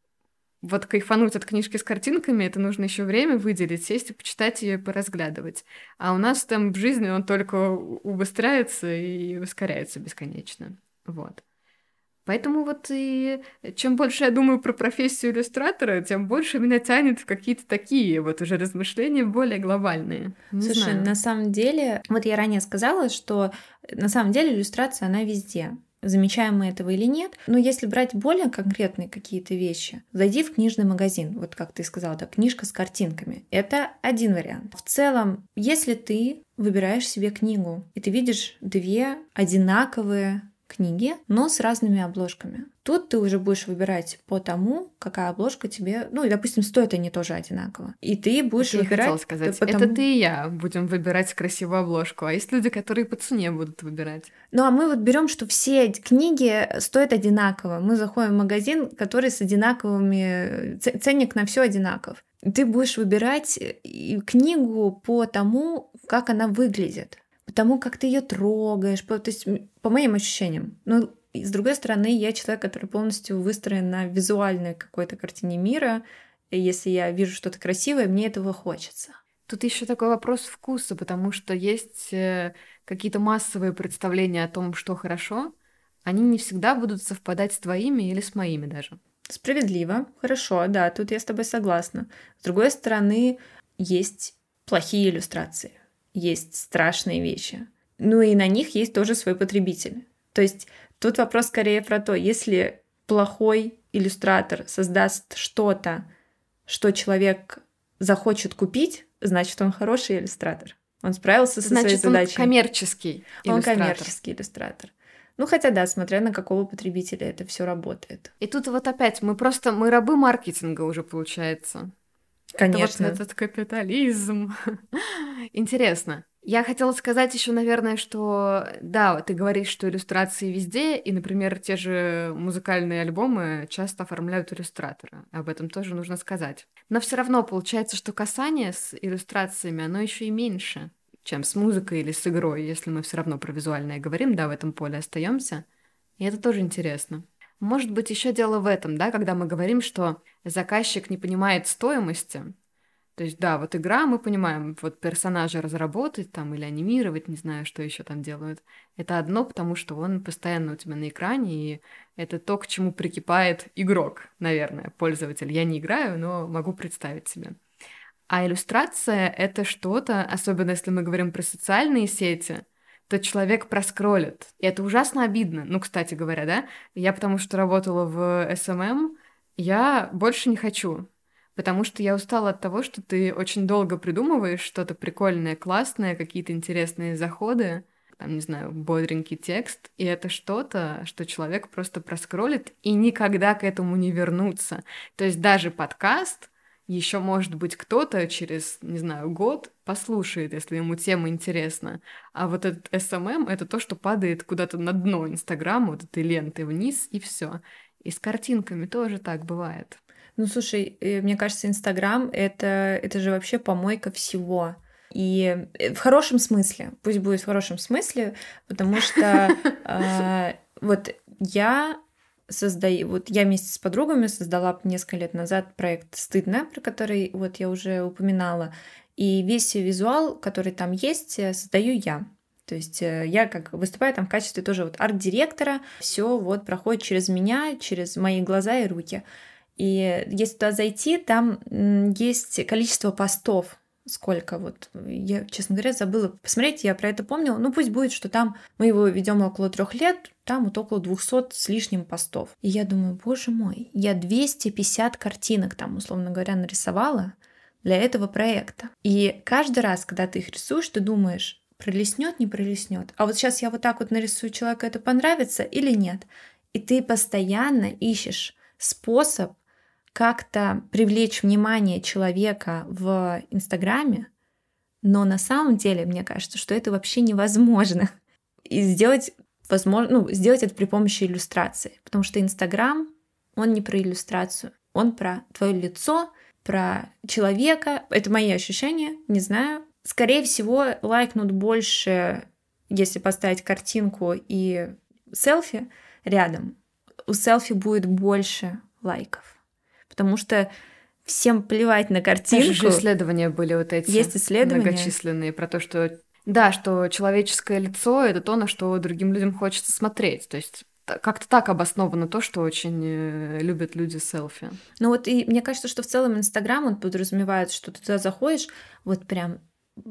вот кайфануть от книжки с картинками, это нужно еще время выделить, сесть и почитать ее и поразглядывать. А у нас там в жизни он только убыстряется и ускоряется бесконечно. Вот. Поэтому вот и чем больше я думаю про профессию иллюстратора, тем больше меня тянет в какие-то такие вот уже размышления более глобальные. Слушай, на самом деле, вот я ранее сказала, что на самом деле иллюстрация, она везде. Замечаем мы этого или нет. Но если брать более конкретные какие-то вещи, зайди в книжный магазин, вот как ты сказала, да, книжка с картинками. Это один вариант. В целом, если ты выбираешь себе книгу, и ты видишь две одинаковые книги, но с разными обложками. Тут ты уже будешь выбирать по тому, какая обложка тебе... Ну, и, допустим, стоят они тоже одинаково. И ты будешь выбирать... Я хотела сказать, потому... это ты и я будем выбирать красивую обложку, а есть люди, которые по цене будут выбирать. Ну, а мы вот берем, что все книги стоят одинаково. Мы заходим в магазин, который с одинаковыми... Ценник на все одинаков. Ты будешь выбирать книгу по тому, как она выглядит. Потому как ты ее трогаешь, то есть по моим ощущениям. Но с другой стороны, я человек, который полностью выстроен на визуальной какой-то картине мира. И если я вижу что-то красивое, мне этого хочется. Тут еще такой вопрос вкуса, потому что есть какие-то массовые представления о том, что хорошо, они не всегда будут совпадать с твоими или с моими даже. Справедливо, хорошо, да, тут я с тобой согласна. С другой стороны, есть плохие иллюстрации. Есть страшные вещи. Ну и на них есть тоже свой потребитель. То есть тут вопрос скорее про то, если плохой иллюстратор создаст что-то, что человек захочет купить, значит, он хороший иллюстратор. Он справился со своей задачей. Значит, он коммерческий иллюстратор. Он коммерческий иллюстратор. Ну, хотя да, смотря на какого потребителя это все работает. И тут вот опять мы рабы маркетинга уже, получается. Конечно. Это вот этот капитализм. Интересно. Я хотела сказать еще, наверное, что да, ты говоришь, что иллюстрации везде, и, например, те же музыкальные альбомы часто оформляют иллюстраторы. Об этом тоже нужно сказать. Но все равно получается, что касание с иллюстрациями, оно еще и меньше, чем с музыкой или с игрой, если мы все равно про визуальное говорим, да, в этом поле остаемся. И это тоже интересно. Может быть, еще дело в этом, да, когда мы говорим, что заказчик не понимает стоимости. То есть, да, вот игра, мы понимаем, вот персонажа разработать там или анимировать, не знаю, что еще там делают. Это одно, потому что он постоянно у тебя на экране, и это то, к чему прикипает игрок, наверное, пользователь. Я не играю, но могу представить себе. А иллюстрация — это что-то, особенно если мы говорим про социальные сети, то человек проскроллит. И это ужасно обидно. Ну, кстати говоря, да, я потому что работала в SMM, я больше не хочу, потому что я устала от того, что ты очень долго придумываешь что-то прикольное, классное, какие-то интересные заходы, там, не знаю, бодренький текст, и это что-то, что человек просто проскроллит и никогда к этому не вернуться. То есть даже подкаст еще, может быть, кто-то через, не знаю, год послушает, если ему тема интересна. А вот этот SMM — это то, что падает куда-то на дно Инстаграма, вот этой ленты вниз, и все. И с картинками тоже так бывает. Ну, слушай, мне кажется, Инстаграм — это же вообще помойка всего. И в хорошем смысле, пусть будет в хорошем смысле, потому что вот я я вместе с подругами создала несколько лет назад проект «Стыдно», про который вот я уже упоминала, и весь визуал, который там есть, создаю я. То есть я как выступаю там в качестве тоже вот арт-директора, все вот проходит через меня, через мои глаза и руки. И если туда зайти, там есть количество постов, сколько вот, я, честно говоря, забыла посмотреть, я про это помнила, ну пусть будет, что там мы его ведем около 3 лет, там вот около 200 с лишним постов. И я думаю, боже мой, я 250 картинок там, условно говоря, нарисовала для этого проекта. И каждый раз, когда ты их рисуешь, ты думаешь, пролистнет, не пролистнет. А вот сейчас я вот так вот нарисую человеку, это понравится или нет? И ты постоянно ищешь способ как-то привлечь внимание человека в Инстаграме, но на самом деле, мне кажется, что это вообще невозможно. И сделать, возможно, сделать это при помощи иллюстрации. Потому что Инстаграм, он не про иллюстрацию, он про твое лицо, про человека. Это мои ощущения, не знаю. Скорее всего, лайкнут больше, если поставить картинку и селфи рядом. У селфи будет больше лайков. Потому что всем плевать на картинку. Даже же исследования были вот эти. Есть исследования. Многочисленные про то, что да, что человеческое лицо — это то, на что другим людям хочется смотреть. То есть как-то так обосновано то, что очень любят люди селфи. Ну вот и мне кажется, что в целом Инстаграм, он подразумевает, что ты туда заходишь, вот прям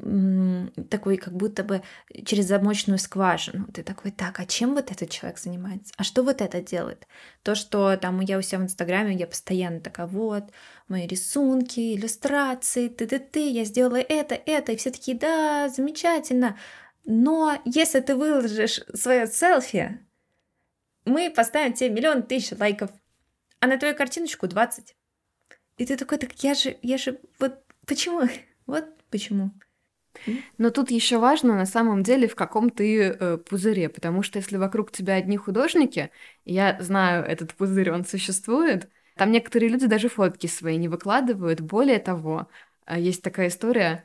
такой, как будто бы через замочную скважину. Ты такой, так, а чем вот этот человек занимается? А что вот это делает? То, что там я у себя в Инстаграме, я постоянно такая, вот, мои рисунки, иллюстрации, ты, я сделала это, и все такие, да, замечательно. Но если ты выложишь свое селфи, мы поставим тебе 1 000 000 лайков, а на твою картиночку 20. И ты такой, так я же, вот почему? Вот почему. Но тут еще важно на самом деле, в каком ты пузыре, потому что если вокруг тебя одни художники, я знаю, этот пузырь, он существует, там некоторые люди даже фотки свои не выкладывают. Более того, есть такая история,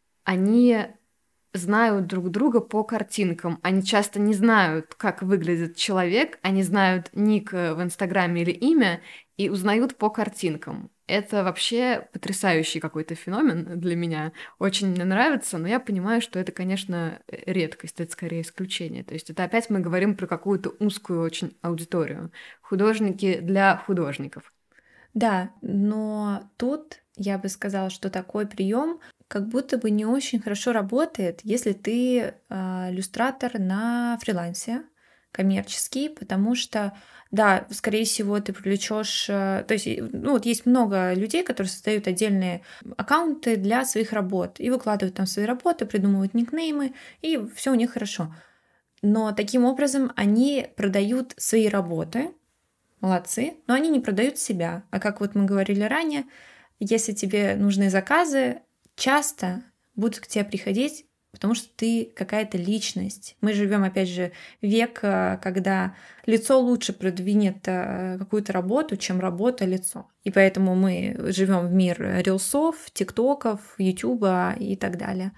они знают друг друга по картинкам. Они часто не знают, как выглядит человек, они знают ник в Инстаграме или имя и узнают по картинкам. Это вообще потрясающий какой-то феномен для меня. Очень мне нравится, но я понимаю, что это, конечно, редкость, это скорее исключение. То есть это опять мы говорим про какую-то узкую очень аудиторию. Художники для художников. Да, но тут я бы сказала, что такой прием как будто бы не очень хорошо работает, если ты иллюстратор на фрилансе, коммерческий, потому что, да, скорее всего, ты привлечешь, то есть, ну, вот есть много людей, которые создают отдельные аккаунты для своих работ и выкладывают там свои работы, придумывают никнеймы, и все у них хорошо. Но таким образом они продают свои работы, молодцы, но они не продают себя. А как вот мы говорили ранее, если тебе нужны заказы, часто будут к тебе приходить, потому что ты какая-то личность. Мы живем, опять же, век, когда лицо лучше продвинет какую-то работу, чем работа лицо. И поэтому мы живем в мир рилсов, тиктоков, ютуба и так далее.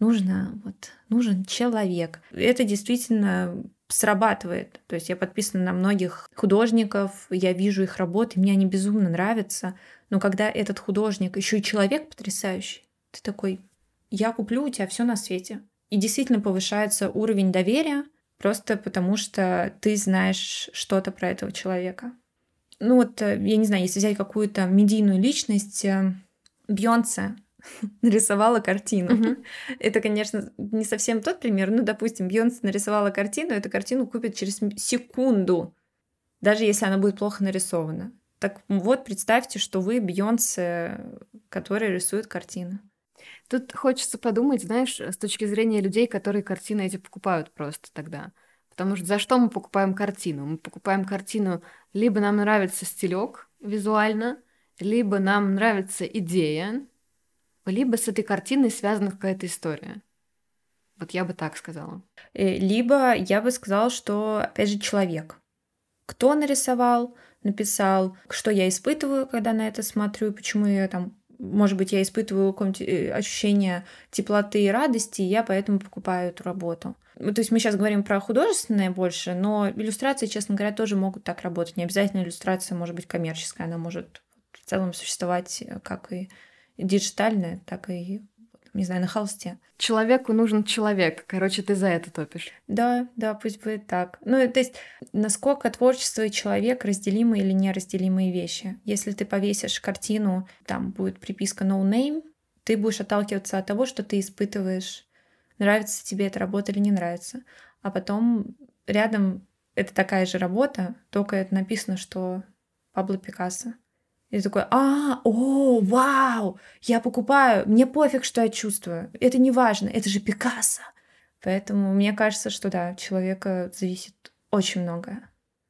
Нужен человек. Это действительно срабатывает. То есть я подписана на многих художников, я вижу их работы, мне они безумно нравятся. Но когда этот художник еще и человек потрясающий, ты такой, я куплю у тебя все на свете. И действительно повышается уровень доверия, просто потому что ты знаешь что-то про этого человека. Ну вот, я не знаю, если взять какую-то медийную личность, Бейонсе нарисовала картину. Это, конечно, не совсем тот пример. Ну, допустим, Бейонсе нарисовала картину, эту картину купят через секунду, даже если она будет плохо нарисована. Так вот, представьте, что вы Бейонсе, которая рисует картины. Тут хочется подумать, знаешь, с точки зрения людей, которые картины эти покупают просто тогда. Потому что за что мы покупаем картину? Мы покупаем картину, либо нам нравится стилек визуально, либо нам нравится идея, либо с этой картиной связана какая-то история. Вот я бы так сказала. Либо я бы сказала, что, опять же, человек. Кто нарисовал, написал, что я испытываю, когда на это смотрю, почему я там может быть, я испытываю какое-нибудь ощущение теплоты и радости, и я поэтому покупаю эту работу. То есть мы сейчас говорим про художественное больше, но иллюстрации, честно говоря, тоже могут так работать. Не обязательно иллюстрация может быть коммерческая, она может в целом существовать как и диджитальная, так и, не знаю, на холсте. Человеку нужен человек. Короче, ты за это топишь. Да, пусть будет так. Ну, то есть, насколько творчество и человек разделимы или неразделимые вещи. Если ты повесишь картину, там будет приписка no name, ты будешь отталкиваться от того, что ты испытываешь, нравится тебе эта работа или не нравится. А потом рядом это такая же работа, только это написано, что Пабло Пикассо. И ты такой, вау, я покупаю, мне пофиг, что я чувствую, это не важно, это же Пикассо. Поэтому мне кажется, что да, от человека зависит очень многое.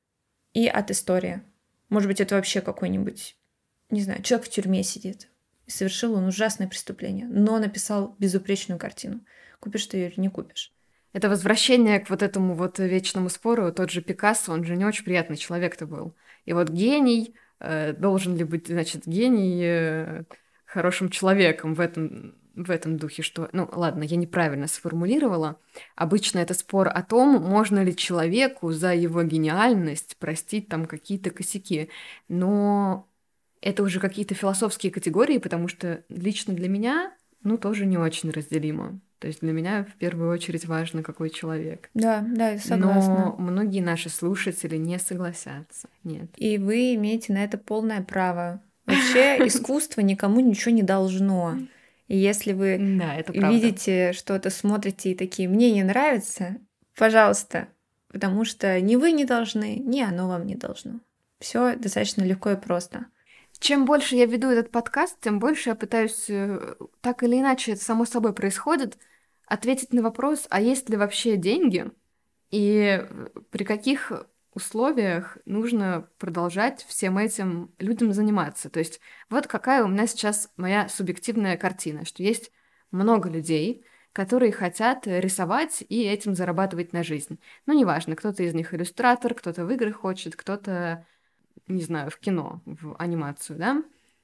И от истории. Может быть, это вообще какой-нибудь, не знаю, человек в тюрьме сидит, и совершил он ужасное преступление, но написал безупречную картину. Купишь ты ее или не купишь? Это возвращение к вот этому вот вечному спору. Тот же Пикассо, он же не очень приятный человек-то был. И вот гений, должен ли быть, значит, гений хорошим человеком в этом духе, что... Ну, ладно, я неправильно сформулировала. Обычно это спор о том, можно ли человеку за его гениальность простить там какие-то косяки. Но это уже какие-то философские категории, потому что лично для меня, ну, тоже не очень разделимо. То есть для меня в первую очередь важно, какой человек. Да, я согласна. Но многие наши слушатели не согласятся. Нет. И вы имеете на это полное право. Вообще искусство никому ничего не должно. И если вы Да, это правда. видите что-то, смотрите и такие, мне не нравится, пожалуйста, потому что ни вы не должны, ни оно вам не должно. Все достаточно легко и просто. Чем больше я веду этот подкаст, тем больше я пытаюсь, так или иначе, это само собой происходит, ответить на вопрос, а есть ли вообще деньги, и при каких условиях нужно продолжать всем этим людям заниматься. То есть вот какая у меня сейчас моя субъективная картина, что есть много людей, которые хотят рисовать и этим зарабатывать на жизнь. Ну, неважно, кто-то из них иллюстратор, кто-то в игры хочет, кто-то, не знаю, в кино, в анимацию, да?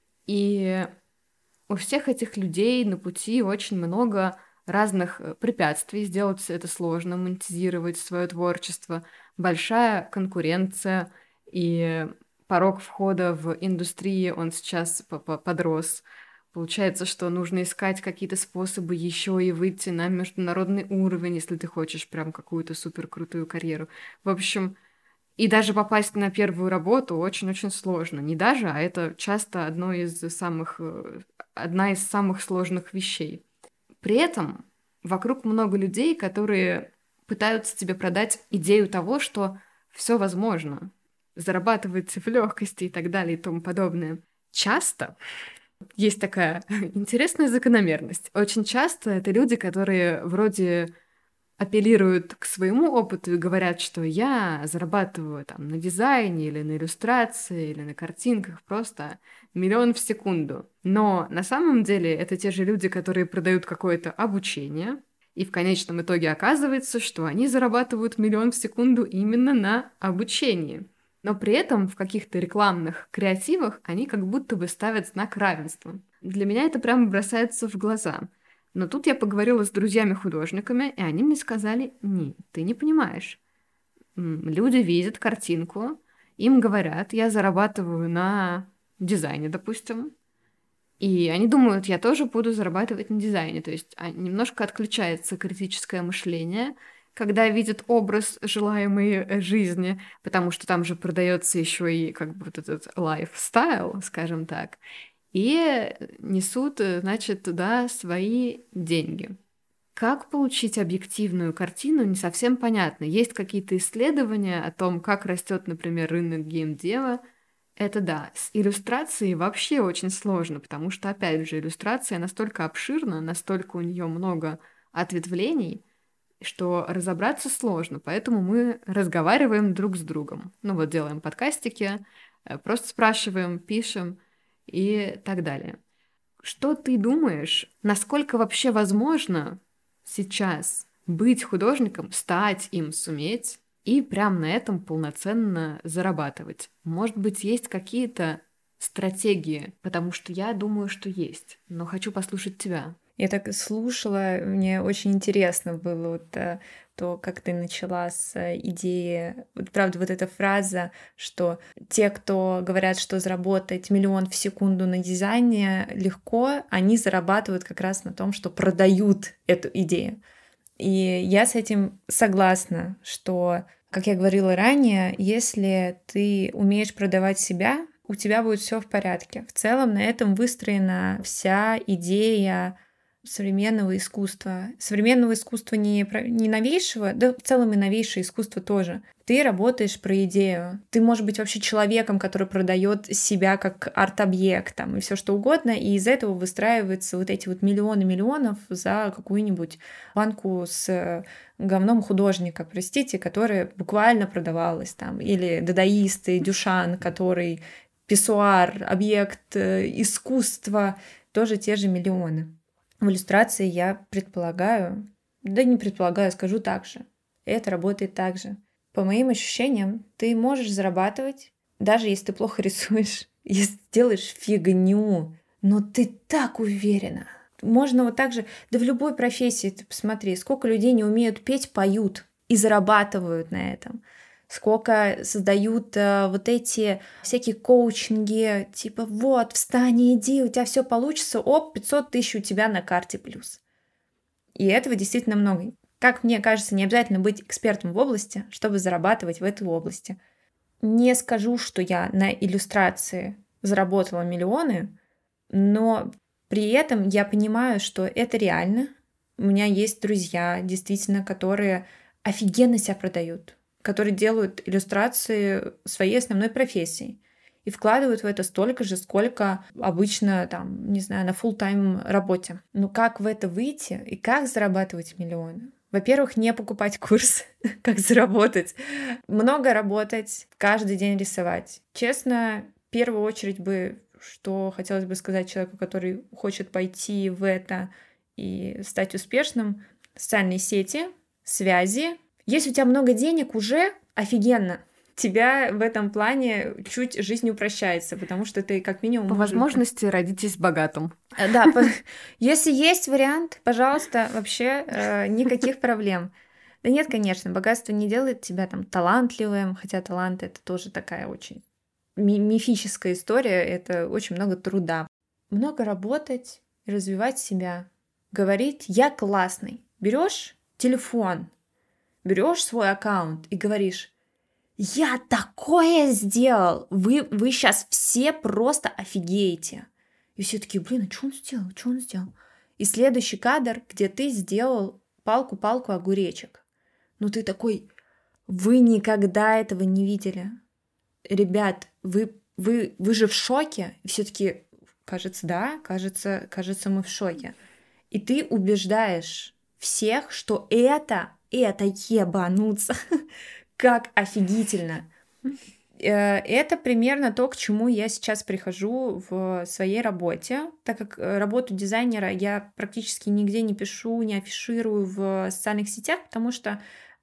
И у всех этих людей на пути очень много разных препятствий. Сделать это сложно, монетизировать свое творчество, большая конкуренция, и порог входа в индустрии, он сейчас подрос. Получается, что нужно искать какие-то способы еще и выйти на международный уровень, если ты хочешь прям какую-то суперкрутую карьеру. В общем, и даже попасть на первую работу очень-очень сложно. Не даже, а это часто одна из самых сложных вещей. При этом вокруг много людей, которые пытаются тебе продать идею того, что все возможно, зарабатывать в легкости и так далее и тому подобное. Часто есть такая интересная закономерность. Очень часто это люди, которые вроде апеллируют к своему опыту и говорят, что я зарабатываю там на дизайне или на иллюстрации или на картинках просто 1 000 000 в секунду. Но на самом деле это те же люди, которые продают какое-то обучение, и в конечном итоге оказывается, что они зарабатывают 1 000 000 в секунду именно на обучении. Но при этом в каких-то рекламных креативах они как будто бы ставят знак равенства. Для меня это прямо бросается в глаза. Но тут я поговорила с друзьями-художниками, и они мне сказали, нет, ты не понимаешь. Люди видят картинку, им говорят, я зарабатываю на дизайне, допустим, и они думают, я тоже буду зарабатывать на дизайне. То есть немножко отключается критическое мышление, когда видят образ желаемой жизни, потому что там же продается еще и как бы вот этот лайфстайл, скажем так, и несут, значит, туда свои деньги. Как получить объективную картину, не совсем понятно. Есть какие-то исследования о том, как растет, например, рынок геймдева. Это да. С иллюстрацией вообще очень сложно, потому что, опять же, иллюстрация настолько обширна, настолько у нее много ответвлений, что разобраться сложно, поэтому мы разговариваем друг с другом. Ну вот делаем подкастики, просто спрашиваем, пишем и так далее. Что ты думаешь, насколько вообще возможно сейчас быть художником, стать им, суметь и прям на этом полноценно зарабатывать? Может быть, есть какие-то стратегии, потому что я думаю, что есть, но хочу послушать тебя. Я так слушала, мне очень интересно было вот то, как ты начала с идеи. Вот правда, вот эта фраза, что те, кто говорят, что заработать 1 000 000 в секунду на дизайне легко, они зарабатывают как раз на том, что продают эту идею. И я с этим согласна, что, как я говорила ранее, если ты умеешь продавать себя, у тебя будет все в порядке. В целом на этом выстроена вся идея современного искусства. Современного искусства не новейшего, да в целом и новейшее искусство тоже. Ты работаешь про идею. Ты можешь быть вообще человеком, который продает себя как арт-объект там, и все что угодно, и из этого выстраиваются вот эти вот миллионы миллионов за какую-нибудь банку с говном художника, простите, которая буквально продавалась там, или дадаисты, Дюшан, который писсуар, объект искусства, тоже те же миллионы. В иллюстрации я предполагаю, да не предполагаю, скажу так же. Это работает так же. По моим ощущениям, ты можешь зарабатывать, даже если ты плохо рисуешь, если делаешь фигню, но ты так уверена. Можно вот так же, да в любой профессии, ты посмотри, сколько людей не умеют петь, поют и зарабатывают на этом. Сколько создают вот эти всякие коучинги, типа вот, встань и иди, у тебя все получится, оп, 500 000 у тебя на карте плюс. И этого действительно много. Как мне кажется, не обязательно быть экспертом в области, чтобы зарабатывать в этой области. Не скажу, что я на иллюстрации заработала миллионы, но при этом я понимаю, что это реально. У меня есть друзья, действительно, которые офигенно себя продают, которые делают иллюстрации своей основной профессии и вкладывают в это столько же, сколько обычно, там, не знаю, на full-time работе. Но как в это выйти и как зарабатывать миллионы? Во-первых, не покупать курс, как заработать. Много работать, каждый день рисовать. Честно, в первую очередь что хотелось бы сказать человеку, который хочет пойти в это и стать успешным: социальные сети, связи. Если у тебя много денег, уже офигенно. Тебя в этом плане чуть жизнь упрощается, потому что ты как минимум... По возможности родитесь богатым. Да, если есть вариант, пожалуйста, вообще никаких проблем. Да нет, конечно, богатство не делает тебя там талантливым, хотя талант — это тоже такая очень мифическая история, это очень много труда. Много работать, развивать себя, говорить «я классный». Берешь телефон, берешь свой аккаунт и говоришь: «Я такое сделал! Вы сейчас все просто офигеете!» И все такие: «Блин, а что он сделал? Что он сделал?» И следующий кадр, где ты сделал палку-палку огуречек. Ну ты такой: «Вы никогда этого не видели. Ребят, вы же в шоке?» И все таки: «Кажется, да, кажется, мы в шоке». И ты убеждаешь всех, что это ебануться. Как офигительно. Это примерно то, к чему я сейчас прихожу в своей работе, так как работу дизайнера я практически нигде не пишу, не афиширую в социальных сетях, потому что,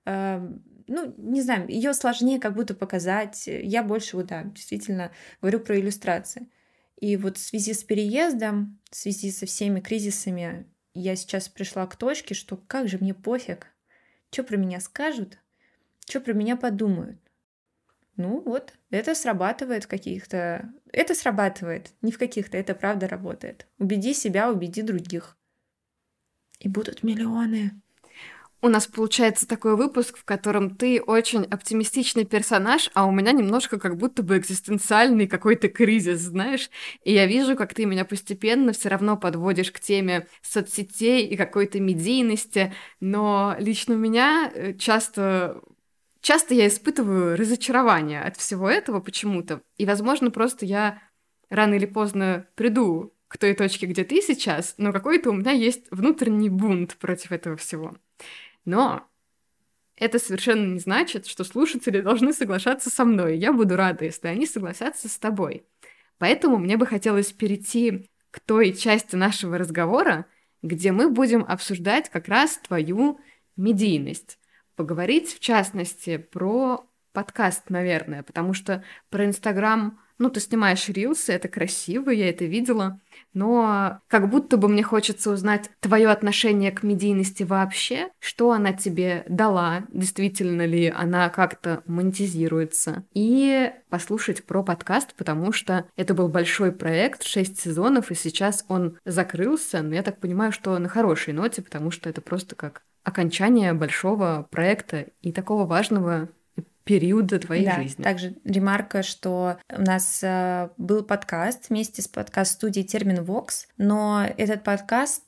ну, не знаю, ее сложнее как будто показать. Я больше, вот, да, действительно говорю про иллюстрации. И вот в связи с переездом, в связи со всеми кризисами, я сейчас пришла к точке, что как же мне пофиг, что про меня скажут, что про меня подумают. Ну вот, это срабатывает в каких-то... Это срабатывает, не в каких-то, это правда работает. Убеди себя, убеди других. И будут миллионы. У нас получается такой выпуск, в котором ты очень оптимистичный персонаж, а у меня немножко как будто бы экзистенциальный какой-то кризис, знаешь? И я вижу, как ты меня постепенно все равно подводишь к теме соцсетей и какой-то медийности, но лично у меня часто я испытываю разочарование от всего этого почему-то. И, возможно, просто я рано или поздно приду к той точке, где ты сейчас, но какой-то у меня есть внутренний бунт против этого всего. Но это совершенно не значит, что слушатели должны соглашаться со мной. Я буду рада, если они согласятся с тобой. Поэтому мне бы хотелось перейти к той части нашего разговора, где мы будем обсуждать как раз твою медийность. Поговорить, в частности, про подкаст, наверное, потому что про Инстаграм, Ну, ты снимаешь рилсы, это красиво, я это видела, но как будто бы мне хочется узнать твое отношение к медийности вообще, что она тебе дала, действительно ли она как-то монетизируется, и послушать про подкаст, потому что это был большой проект, 6 сезонов, и сейчас он закрылся, но я так понимаю, что на хорошей ноте, потому что это просто как окончание большого проекта и такого важного периода твоей Да, жизни. также ремарка, что у нас был подкаст вместе с подкаст-студией Terminvox, но этот подкаст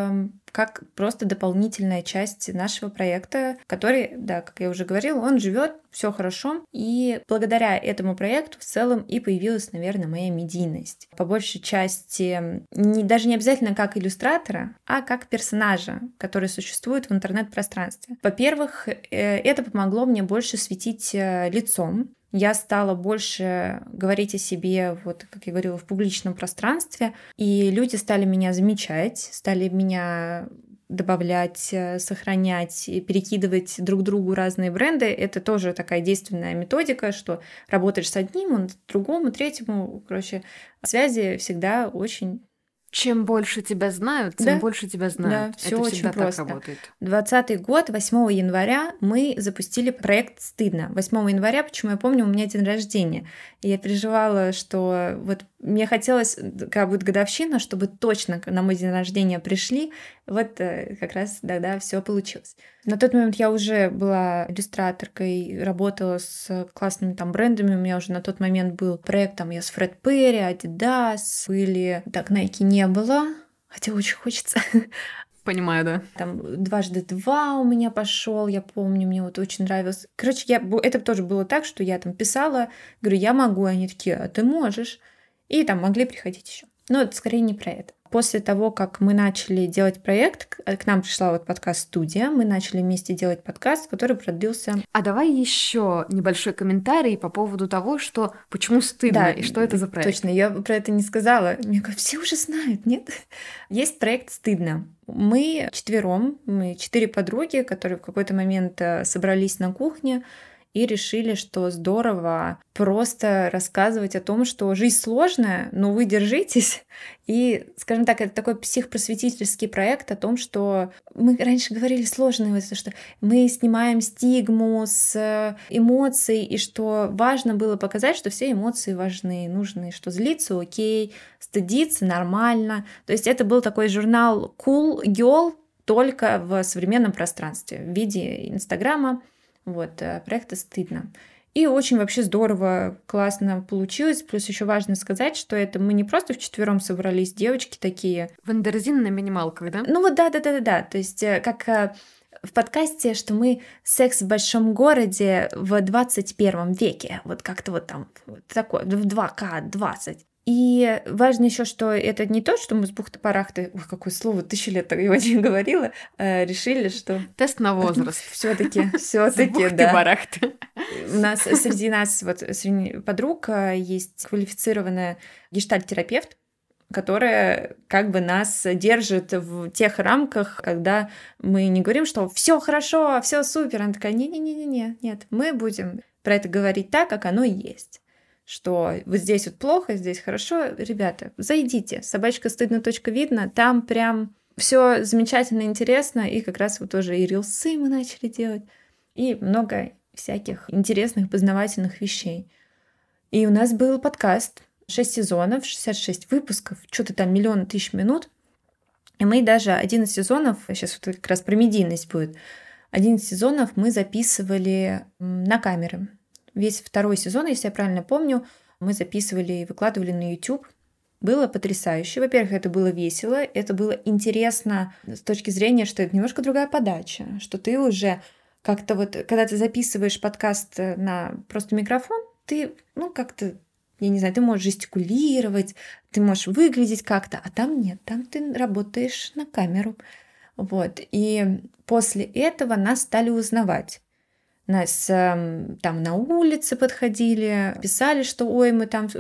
как просто дополнительная часть нашего проекта, который, да, как я уже говорила, он живет, все хорошо, и благодаря этому проекту в целом и появилась, наверное, моя медийность. По большей части даже не обязательно как иллюстратора, а как персонажа, который существует в интернет-пространстве. Во-первых, это помогло мне больше светить лицом. Я стала больше говорить о себе, вот, как я говорила, в публичном пространстве, и люди стали меня замечать, стали меня добавлять, сохранять и перекидывать друг другу разные бренды. Это тоже такая действенная методика, что работаешь с одним, он другому, третьему. Короче, связи всегда очень... Чем больше тебя знают, тем Да, больше тебя да, знают. все Это очень всегда просто. так работает. 2020 год, 8 января мы запустили проект «Стыдно». 8 января, почему я помню, у меня день рождения. И я переживала, что вот мне хотелось, когда будет годовщина, чтобы точно на мой день рождения пришли. Вот как раз тогда все получилось. На тот момент я уже была иллюстраторкой, работала с классными там брендами. У меня уже на тот момент был проект, там я с Фред Перри, Adidas, были... Так, Nike не было, хотя очень хочется. Понимаю, да. Там 2x2 у меня пошел, я помню, мне вот очень нравилось. Короче, это тоже было так, что я там писала, говорю, я могу, они такие, а ты можешь. И там могли приходить еще. Но это скорее не про это. После того, как мы начали делать проект, к нам пришла вот подкаст-студия, мы начали вместе делать подкаст, который продлился... А давай еще небольшой комментарий по поводу того, что почему стыдно Да, и что это за проект. Точно, я про это не сказала. Мне говорят, все уже знают, нет? Есть проект «Стыдно». Мы четвером, мы 4 подруги, которые в какой-то момент собрались на кухне и решили, что здорово просто рассказывать о том, что жизнь сложная, но вы держитесь. И, скажем так, это такой психопросветительский проект о том, что мы раньше говорили сложно, что мы снимаем стигму с эмоций, и что важно было показать, что все эмоции важны, нужны, что злиться окей, стыдиться нормально. То есть это был такой журнал Cool Girl, только в современном пространстве в виде Инстаграма. Вот, проекта «Стыдно». И очень вообще здорово, классно получилось. Плюс еще важно сказать, что это мы не просто вчетвером собрались, девочки такие. Вандерзин на минималках, да? Ну вот да. То есть как в подкасте, что мы секс в большом городе в 21 веке. Вот как-то вот там вот такое, в 2К20. И важно еще, что это не то, что мы с бухты-барахты, ой, какое слово, 1000 лет его не говорила, решили, что... Тест на возраст. Все-таки, да. Бухты-барахты. У нас среди нас, вот среди подруг, есть квалифицированная гештальт-терапевт, которая как бы нас держит в тех рамках, когда мы не говорим, что все хорошо, все супер. Она такая, нет, мы будем про это говорить так, как оно и есть. Что вот здесь вот плохо, здесь хорошо. Ребята, зайдите, собачкастыдно.видно, там прям все замечательно, интересно, и как раз вот тоже и рилсы мы начали делать, и много всяких интересных, познавательных вещей. И у нас был подкаст, 6 сезонов, 66 выпусков, что-то там 1 000 000 минут, и мы даже один из сезонов, сейчас вот как раз про медийность будет, один из сезонов мы записывали на камеры. Весь 2 сезон, если я правильно помню, мы записывали и выкладывали на YouTube. Было потрясающе. Во-первых, это было весело, это было интересно с точки зрения, что это немножко другая подача, что ты уже как-то вот, когда ты записываешь подкаст на просто микрофон, ты, как-то, я не знаю, ты можешь жестикулировать, ты можешь выглядеть как-то, а там нет, там ты работаешь на камеру. Вот. И после этого нас стали узнавать. Нас там на улице подходили, писали, что ой, мы там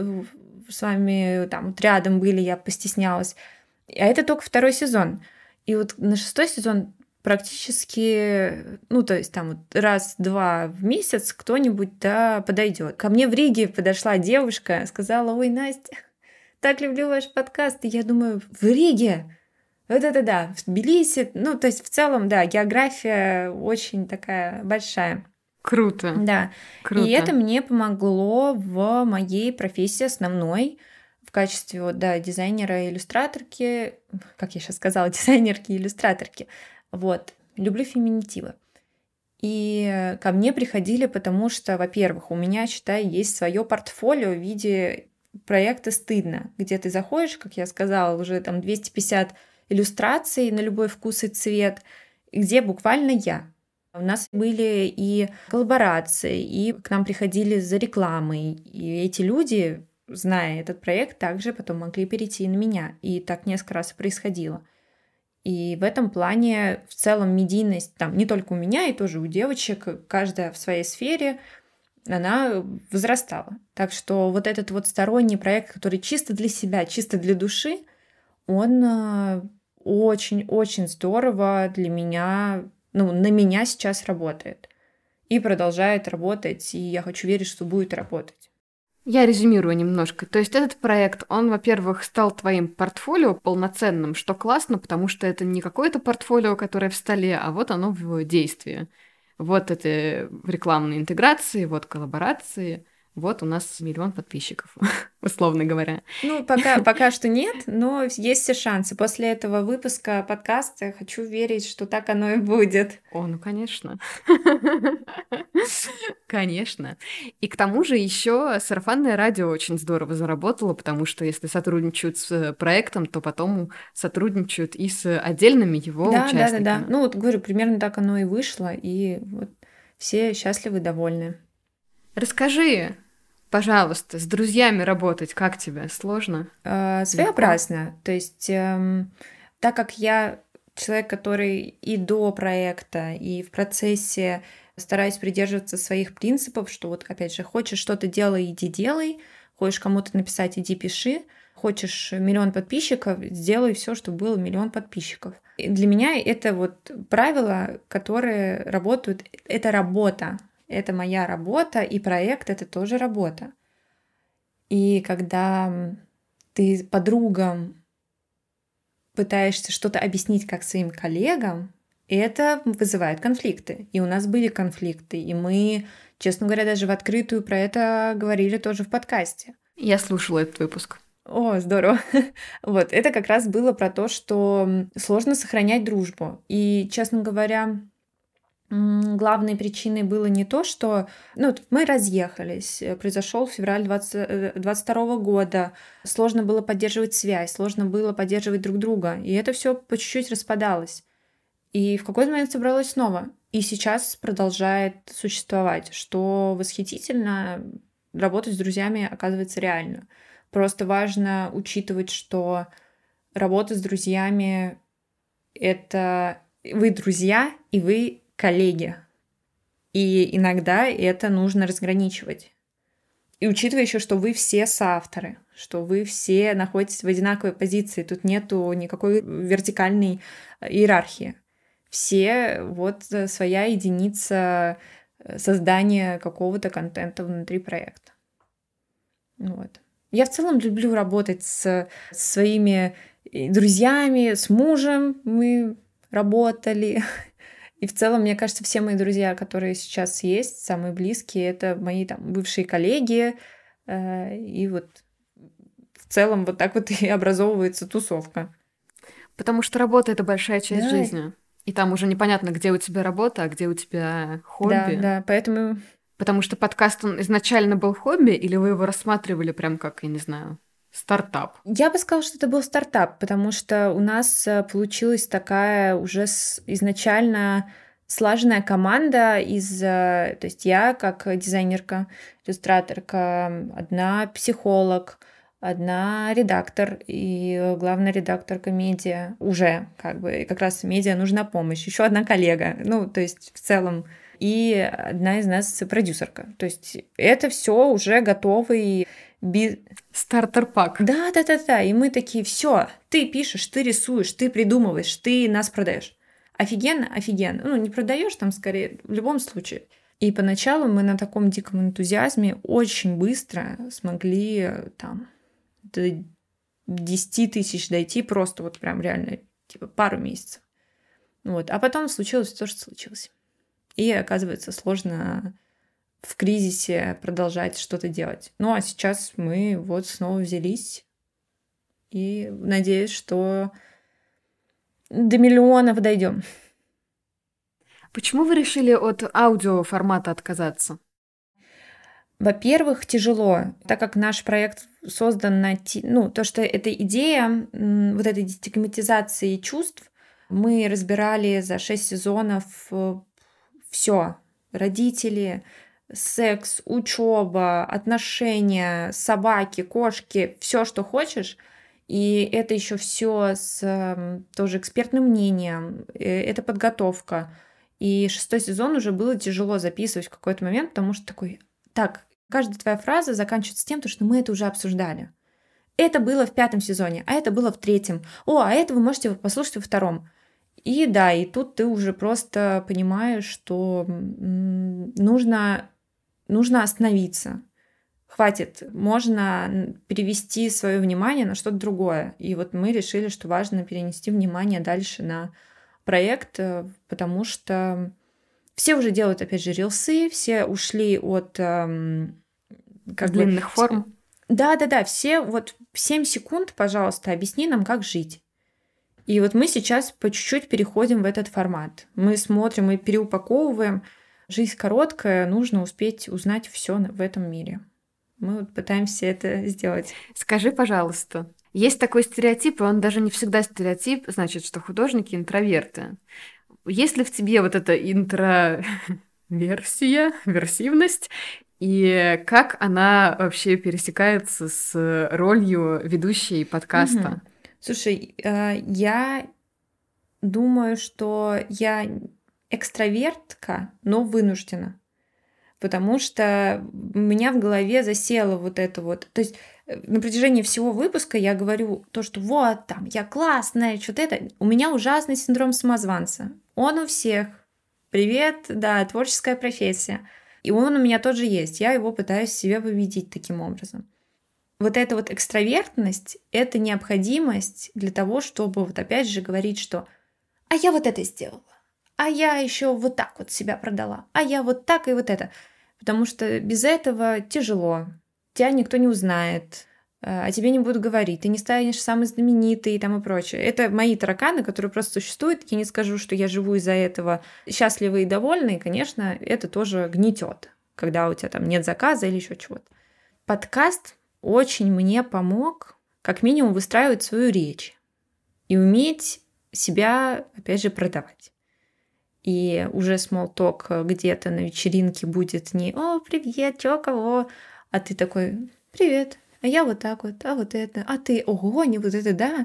с вами там вот рядом были, я постеснялась. А это только 2 сезон. И вот на 6 сезон практически, ну, то есть там вот раз-два в месяц кто-нибудь, да, подойдет. Ко мне в Риге подошла девушка, сказала: ой, Настя, так люблю ваш подкаст. И я думаю, в Риге? Вот это да, в Тбилиси. Ну, то есть в целом, да, география очень такая большая. Круто. Да. Круто. И это мне помогло в моей профессии основной в качестве вот, да, дизайнера и иллюстраторки, как я сейчас сказала, дизайнерки и иллюстраторки. Вот. Люблю феминитивы. И ко мне приходили, потому что, во-первых, у меня, считай, есть свое портфолио в виде проекта «Стыдно», где ты заходишь, как я сказала, уже там 250 иллюстраций на любой вкус и цвет, где буквально я. У нас были и коллаборации, и к нам приходили за рекламой. И эти люди, зная этот проект, также потом могли перейти на меня. И так несколько раз происходило. И в этом плане в целом медийность там не только у меня, и тоже у девочек, каждая в своей сфере, она возрастала. Так что вот этот вот сторонний проект, который чисто для себя, чисто для души, он очень-очень здорово для меня, ну, на меня сейчас работает. И продолжает работать, и я хочу верить, что будет работать. Я резюмирую немножко. То есть этот проект, он, во-первых, стал твоим портфолио полноценным, что классно, потому что это не какое-то портфолио, которое в столе, а вот оно в действии. Вот это рекламные интеграции, вот коллаборации, вот у нас 1 миллион подписчиков, условно говоря. Ну, пока что нет, но есть все шансы. После этого выпуска подкаста хочу верить, что так оно и будет. О, ну конечно. Конечно. И к тому же еще сарафанное радио очень здорово заработало, потому что если сотрудничают с проектом, то потом сотрудничают и с отдельными его участниками. Да. Ну, вот говорю, примерно так оно и вышло, и вот все счастливы, довольны. Расскажи, пожалуйста, с друзьями работать как тебе? Сложно? Своеобразно. Легко? То есть, так как я человек, который и до проекта, и в процессе стараюсь придерживаться своих принципов, что вот, опять же, хочешь что-то делай, иди делай, хочешь кому-то написать, иди пиши, хочешь 1 миллион подписчиков, сделай все, чтобы было 1 миллион подписчиков. И для меня это вот правила, которые работают, это работа. Это моя работа, и проект — это тоже работа. И когда ты подругам пытаешься что-то объяснить как своим коллегам, это вызывает конфликты. И у нас были конфликты, и мы, честно говоря, даже в открытую про это говорили тоже в подкасте. Я слушала этот выпуск. О, здорово. Вот, это как раз было про то, что сложно сохранять дружбу. И, честно говоря, главной причиной было не то, что мы разъехались, произошел февраль 2022 года, сложно было поддерживать связь, сложно было поддерживать друг друга, и это все по чуть-чуть распадалось. И в какой-то момент собралось снова, и сейчас продолжает существовать, что восхитительно, работать с друзьями оказывается реально. Просто важно учитывать, что работа с друзьями — это вы друзья, и вы коллеги. И иногда это нужно разграничивать. И учитывая еще, что вы все соавторы, что вы все находитесь в одинаковой позиции, тут нету никакой вертикальной иерархии. Все вот своя единица создания какого-то контента внутри проекта. Вот. Я в целом люблю работать с своими друзьями, с мужем мы работали. И в целом, мне кажется, все мои друзья, которые сейчас есть, самые близкие, это мои там бывшие коллеги. И вот в целом вот так вот и образовывается тусовка. Потому что работа — это большая часть жизни. И там уже непонятно, где у тебя работа, а где у тебя хобби. Да, поэтому... Потому что подкаст, он изначально был хобби, или вы его рассматривали прям как, я не знаю, стартап? Я бы сказала, что это был стартап, потому что у нас получилась такая уже изначально слаженная команда то есть я как дизайнерка, иллюстраторка, одна психолог, одна редактор и главная редакторка медиа. Уже как раз медиа нужна помощь. Еще одна коллега. То есть в целом. И одна из нас продюсерка. То есть это все уже готовый стартер-пак. Да. И мы такие: все, ты пишешь, ты рисуешь, ты придумываешь, ты нас продаешь. офигенно, офигенно. Ну, не продаешь там скорее, в любом случае. И поначалу мы на таком диком энтузиазме очень быстро смогли там до 10 тысяч дойти просто вот прям реально типа пару месяцев. Вот. А потом случилось то, что случилось. И оказывается сложно в кризисе продолжать что-то делать. Ну а сейчас мы вот снова взялись и надеюсь, что до миллионов дойдем. Почему вы решили от аудиоформата отказаться? Во-первых, тяжело, так как наш проект создан на... Ну, то, что эта идея вот этой дестигматизации чувств, мы разбирали за 6 сезонов все. Родители, секс, учеба, отношения, собаки, кошки, все, что хочешь. И это еще все с тоже экспертным мнением, это подготовка. И 6-й сезон уже было тяжело записывать в какой-то момент, потому что такой, так, каждая твоя фраза заканчивается тем, что мы это уже обсуждали. Это было в 5-м сезоне, а это было в 3-м. О, а это вы можете послушать во 2-м. И да, и тут ты уже просто понимаешь, что нужно остановиться. Хватит, можно перевести свое внимание на что-то другое. И вот мы решили, что важно перенести внимание дальше на проект, потому что все уже делают, опять же, рилсы, все ушли от длинных форм. Да, все вот 7 секунд, пожалуйста, объясни нам, как жить. И вот мы сейчас по чуть-чуть переходим в этот формат. Мы смотрим и переупаковываем. Жизнь короткая, нужно успеть узнать все в этом мире. Мы вот пытаемся это сделать. Скажи, пожалуйста, есть такой стереотип, и он даже не всегда стереотип, значит, что художники интроверты. Есть ли в тебе вот эта интроверсия, версивность, и как она вообще пересекается с ролью ведущей подкаста? Угу. Слушай, я думаю, что я экстравертка, но вынуждена. Потому что у меня в голове засело вот это вот. То есть на протяжении всего выпуска я говорю то, что вот там, я классная, что-то это. У меня ужасный синдром самозванца. Он у всех. Привет, да, творческая профессия. И он у меня тоже есть. Я его пытаюсь в себе победить таким образом. Вот эта вот экстравертность — это необходимость для того, чтобы вот опять же говорить, что «а я вот это сделала», «а я еще вот так вот себя продала», «а я вот так и вот это». Потому что без этого тяжело. Тебя никто не узнает, о тебе не будут говорить, ты не станешь самый знаменитый и там и прочее. Это мои тараканы, которые просто существуют. Я не скажу, что я живу из-за этого счастливой и довольной. И, конечно, это тоже гнетет, когда у тебя там нет заказа или еще чего-то. Подкаст очень мне помог, как минимум, выстраивать свою речь и уметь себя, опять же, продавать. И уже small talk где-то на вечеринке будет не «О, привет, чё, кого?» А ты такой «Привет, а я вот так вот, а вот это, а ты, ого, не вот это, да?»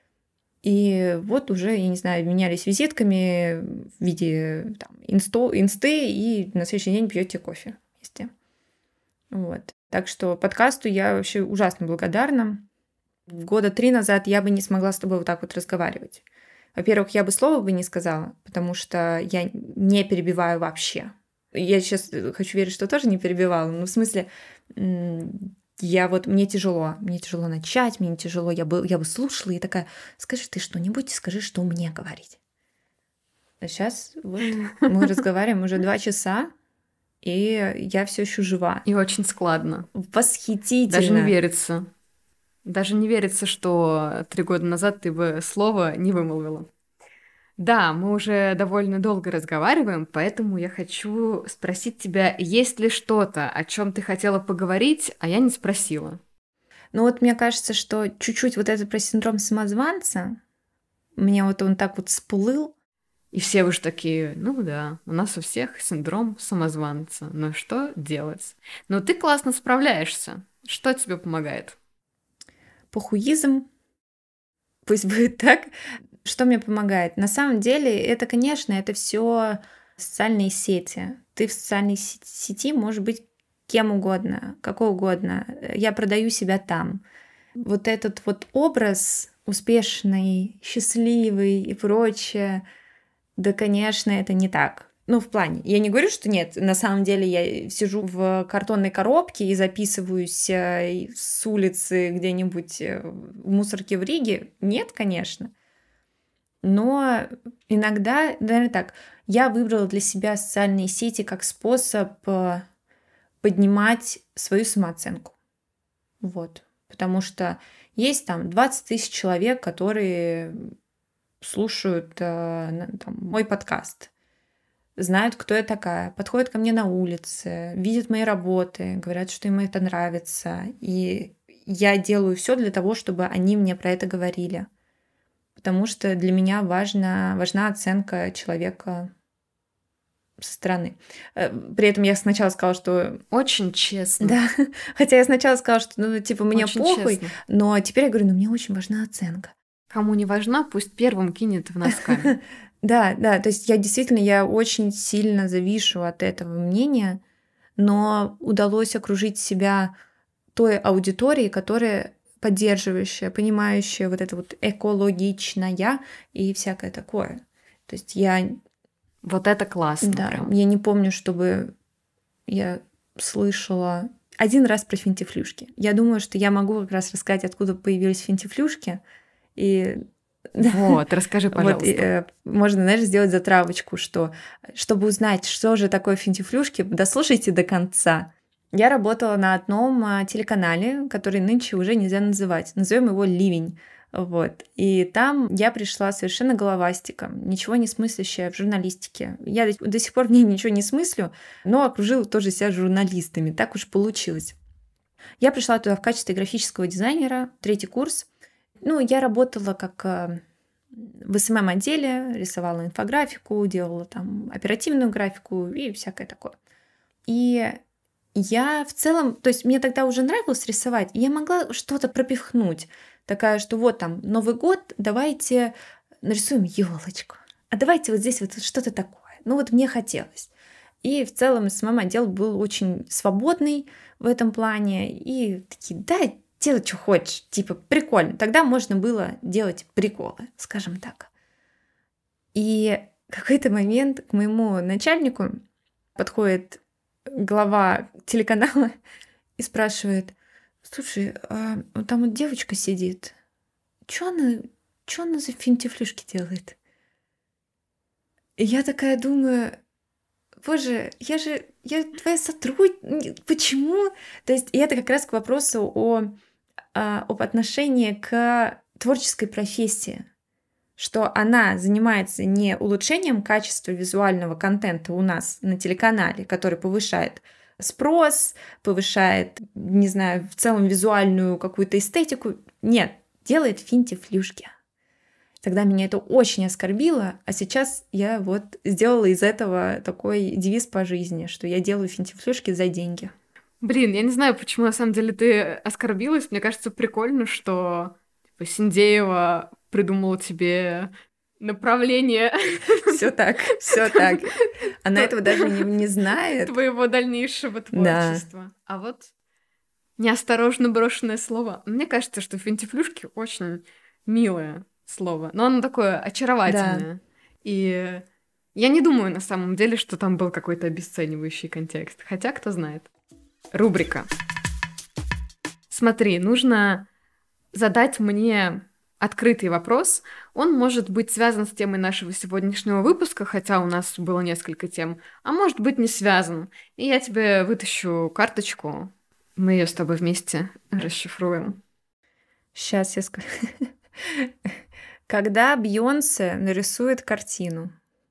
И вот уже, я не знаю, менялись визитками в виде там, инсты, и на следующий день пьете кофе вместе. Вот. Так что подкасту я вообще ужасно благодарна. 3 года назад я бы не смогла с тобой вот так вот разговаривать. Во-первых, я бы слова бы не сказала, потому что я не перебиваю вообще. Я сейчас хочу верить, что тоже не перебивала. Но в смысле, мне тяжело начать, мне тяжело, я бы слушала и такая, скажи ты что-нибудь, скажи, что мне говорить. А сейчас вот мы разговариваем уже 2 часа, и я все еще жива. И очень складно. Восхитительно. Даже не верится, что 3 года назад ты бы слова не вымолвила. Да, мы уже довольно долго разговариваем, поэтому я хочу спросить тебя, есть ли что-то, о чем ты хотела поговорить, а я не спросила? Ну вот мне кажется, что чуть-чуть вот это про синдром самозванца, мне вот он так вот всплыл. И все уж такие, ну да, у нас у всех синдром самозванца, но что делать? Но ты классно справляешься. Что тебе помогает? Похуизм. Пусть будет так. Что мне помогает? На самом деле, это, конечно, это все социальные сети. Ты в социальной сети можешь быть кем угодно, какой угодно. Я продаю себя там. Вот этот вот образ успешный, счастливый и прочее, Да, конечно, это не так. Ну, в плане, я не говорю, что нет. На самом деле я сижу в картонной коробке и записываюсь с улицы где-нибудь в мусорке в Риге. Нет, конечно. Но иногда, наверное, так, я выбрала для себя социальные сети как способ поднимать свою самооценку. Вот. Потому что есть там 20 тысяч человек, которые слушают там, мой подкаст, знают, кто я такая, подходят ко мне на улице, видят мои работы, говорят, что им это нравится. И я делаю все для того, чтобы они мне про это говорили. Потому что для меня важна оценка человека со стороны. При этом я сначала сказала, что... Очень честно. Да, хотя я сначала сказала, что, ну, типа, мне Очень похуй, честно. но теперь я говорю, ну, мне очень важна оценка. Кому не важна, пусть первым кинет в носками. Да, то есть я очень сильно завишу от этого мнения, но удалось окружить себя той аудиторией, которая поддерживающая, понимающая вот это вот экологичная и всякое такое. То есть я... Вот это классно. Да, прям. я не помню, чтобы я слышала один раз про финтифлюшки. Я думаю, что я могу как раз рассказать, откуда появились финтифлюшки. И вот, расскажи, пожалуйста. Вот, можно, знаешь, сделать затравочку, что чтобы узнать, что же такое финтифлюшки, дослушайте до конца. Я работала на одном телеканале, который нынче уже нельзя называть. Назовем его «Ливень». Вот. И там я пришла совершенно головастиком, ничего не смыслящая в журналистике. Я до сих пор в ней ничего не смыслю, но окружила тоже себя журналистами. Так уж получилось. Я пришла туда в качестве графического дизайнера, 3-й курс. Ну, я работала как в СММ-отделе, рисовала инфографику, делала там оперативную графику и всякое такое. И я в целом, то есть мне тогда уже нравилось рисовать, и я могла что-то пропихнуть. Такая, что вот там Новый год, давайте нарисуем елочку. А давайте вот здесь вот что-то такое. Ну вот мне хотелось. И в целом СММ-отдел был очень свободный в этом плане. И такие, да, делай, что хочешь. Типа, прикольно. Тогда можно было делать приколы, скажем так. И в какой-то момент к моему начальнику подходит глава телеканала и спрашивает: слушай, а там вот девочка сидит. Чё она за финтифлюшки делает? И я такая думаю, боже, я твоя сотрудница, почему? То есть и это как раз к вопросу об отношении к творческой профессии, что она занимается не улучшением качества визуального контента у нас на телеканале, который повышает спрос, повышает, не знаю, в целом визуальную какую-то эстетику. Нет, делает финтифлюшки. Тогда меня это очень оскорбило, а сейчас я вот сделала из этого такой девиз по жизни, что я делаю финтифлюшки за деньги. Блин, я не знаю, почему на самом деле ты оскорбилась. Мне кажется, прикольно, что типа, Синдеева придумала тебе направление. Все так, все так. Она этого даже не знает. Твоего дальнейшего творчества. Да. А вот неосторожно брошенное слово. Мне кажется, что финтифлюшки очень милое слово, но оно такое очаровательное. Да. И я не думаю на самом деле, что там был какой-то обесценивающий контекст. Хотя, кто знает. Рубрика. Смотри, нужно задать мне открытый вопрос. Он может быть связан с темой нашего сегодняшнего выпуска, хотя у нас было несколько тем, а может быть не связан. И я тебе вытащу карточку. Мы ее с тобой вместе расшифруем. Сейчас я скажу. Когда Бейонсе нарисует картину?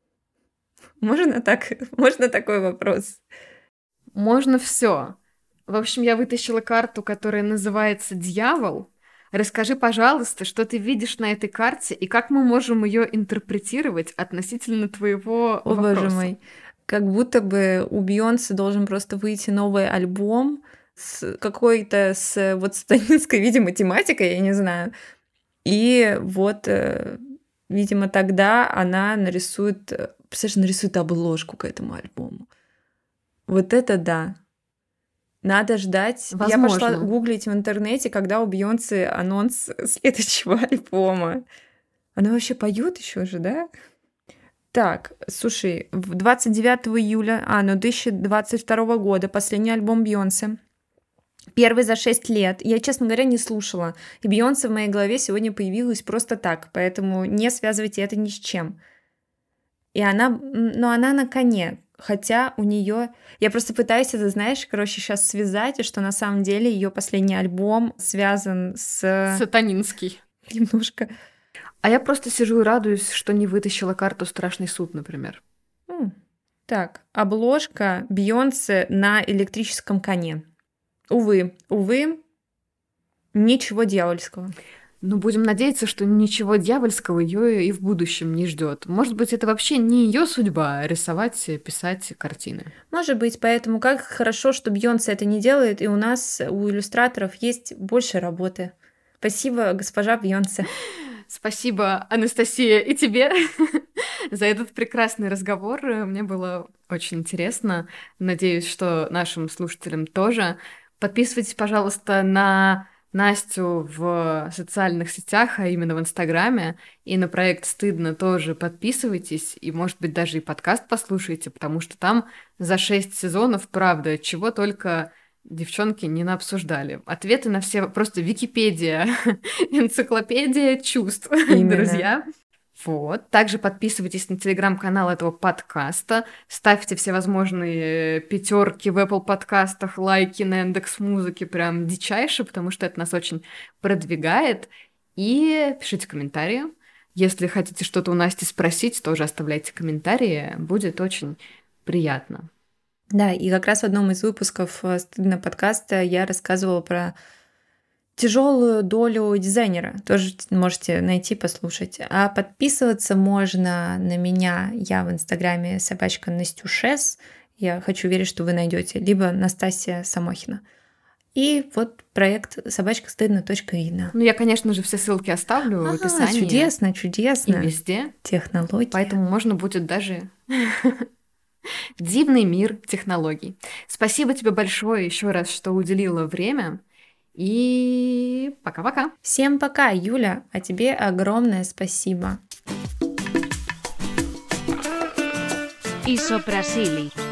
Можно такой вопрос? Можно все. В общем, я вытащила карту, которая называется «Дьявол». Расскажи, пожалуйста, что ты видишь на этой карте и как мы можем ее интерпретировать относительно твоего вопроса. Боже мой, как будто бы у Бейонсе должен просто выйти новый альбом с какой-то сатанинской, видимо, тематикой, я не знаю. И вот, видимо, тогда она нарисует обложку к этому альбому. Вот это да. Надо ждать. Возможно. Я пошла гуглить в интернете, когда у Бейонсе анонс следующего альбома. Она вообще поет еще же, да? Так, слушай, 29 июля 2022 года последний альбом Бейонсе. Первый за 6 лет. Я, честно говоря, не слушала. И Бейонсе в моей голове сегодня появилась просто так, поэтому не связывайте это ни с чем. И она на коне. Хотя у нее, я просто пытаюсь это, знаешь, сейчас связать, и что на самом деле ее последний альбом связан с... Сатанинский. Немножко. А я просто сижу и радуюсь, что не вытащила карту «Страшный суд», например. Так, обложка Бейонсе на электрическом коне. Увы, ничего дьявольского. Ну, будем надеяться, что ничего дьявольского ее и в будущем не ждет. Может быть, это вообще не ее судьба рисовать, писать картины. Может быть, поэтому как хорошо, что Бейонсе это не делает, и у нас, у иллюстраторов, есть больше работы. Спасибо, госпожа Бейонсе. Спасибо, Анастасия, и тебе за этот прекрасный разговор. Мне было очень интересно. Надеюсь, что нашим слушателям тоже. Подписывайтесь, пожалуйста, на Настю в социальных сетях, а именно в Инстаграме, и на проект «Стыдно» тоже подписывайтесь, и, может быть, даже и подкаст послушайте, потому что там за 6 сезонов, правда, чего только девчонки не наобсуждали. Ответы на все... Просто Википедия, энциклопедия чувств, друзья. Вот. Также подписывайтесь на телеграм-канал этого подкаста, ставьте все возможные 5 в Apple подкастах, лайки на Яндекс.Музыке, прям дичайше, потому что это нас очень продвигает. И пишите комментарии. Если хотите что-то у Насти спросить, тоже оставляйте комментарии, будет очень приятно. Да, и как раз в одном из выпусков «Стыдно» подкаста я рассказывала про тяжелую долю дизайнера. Тоже можете найти, послушать. А подписываться можно на меня. Я в Инстаграме собачка Настюшес. Я хочу верить, что вы найдете. Либо Настасья Самохина. И вот проект собачкастыдно.видно. Ну, я, конечно же, все ссылки оставлю в описании. Чудесно. И везде. Технологии. Поэтому можно будет даже... Дивный мир технологий. Спасибо тебе большое еще раз, что уделила время. И пока-пока. Всем пока, Юля. А тебе огромное спасибо. Ισοπρασίλη.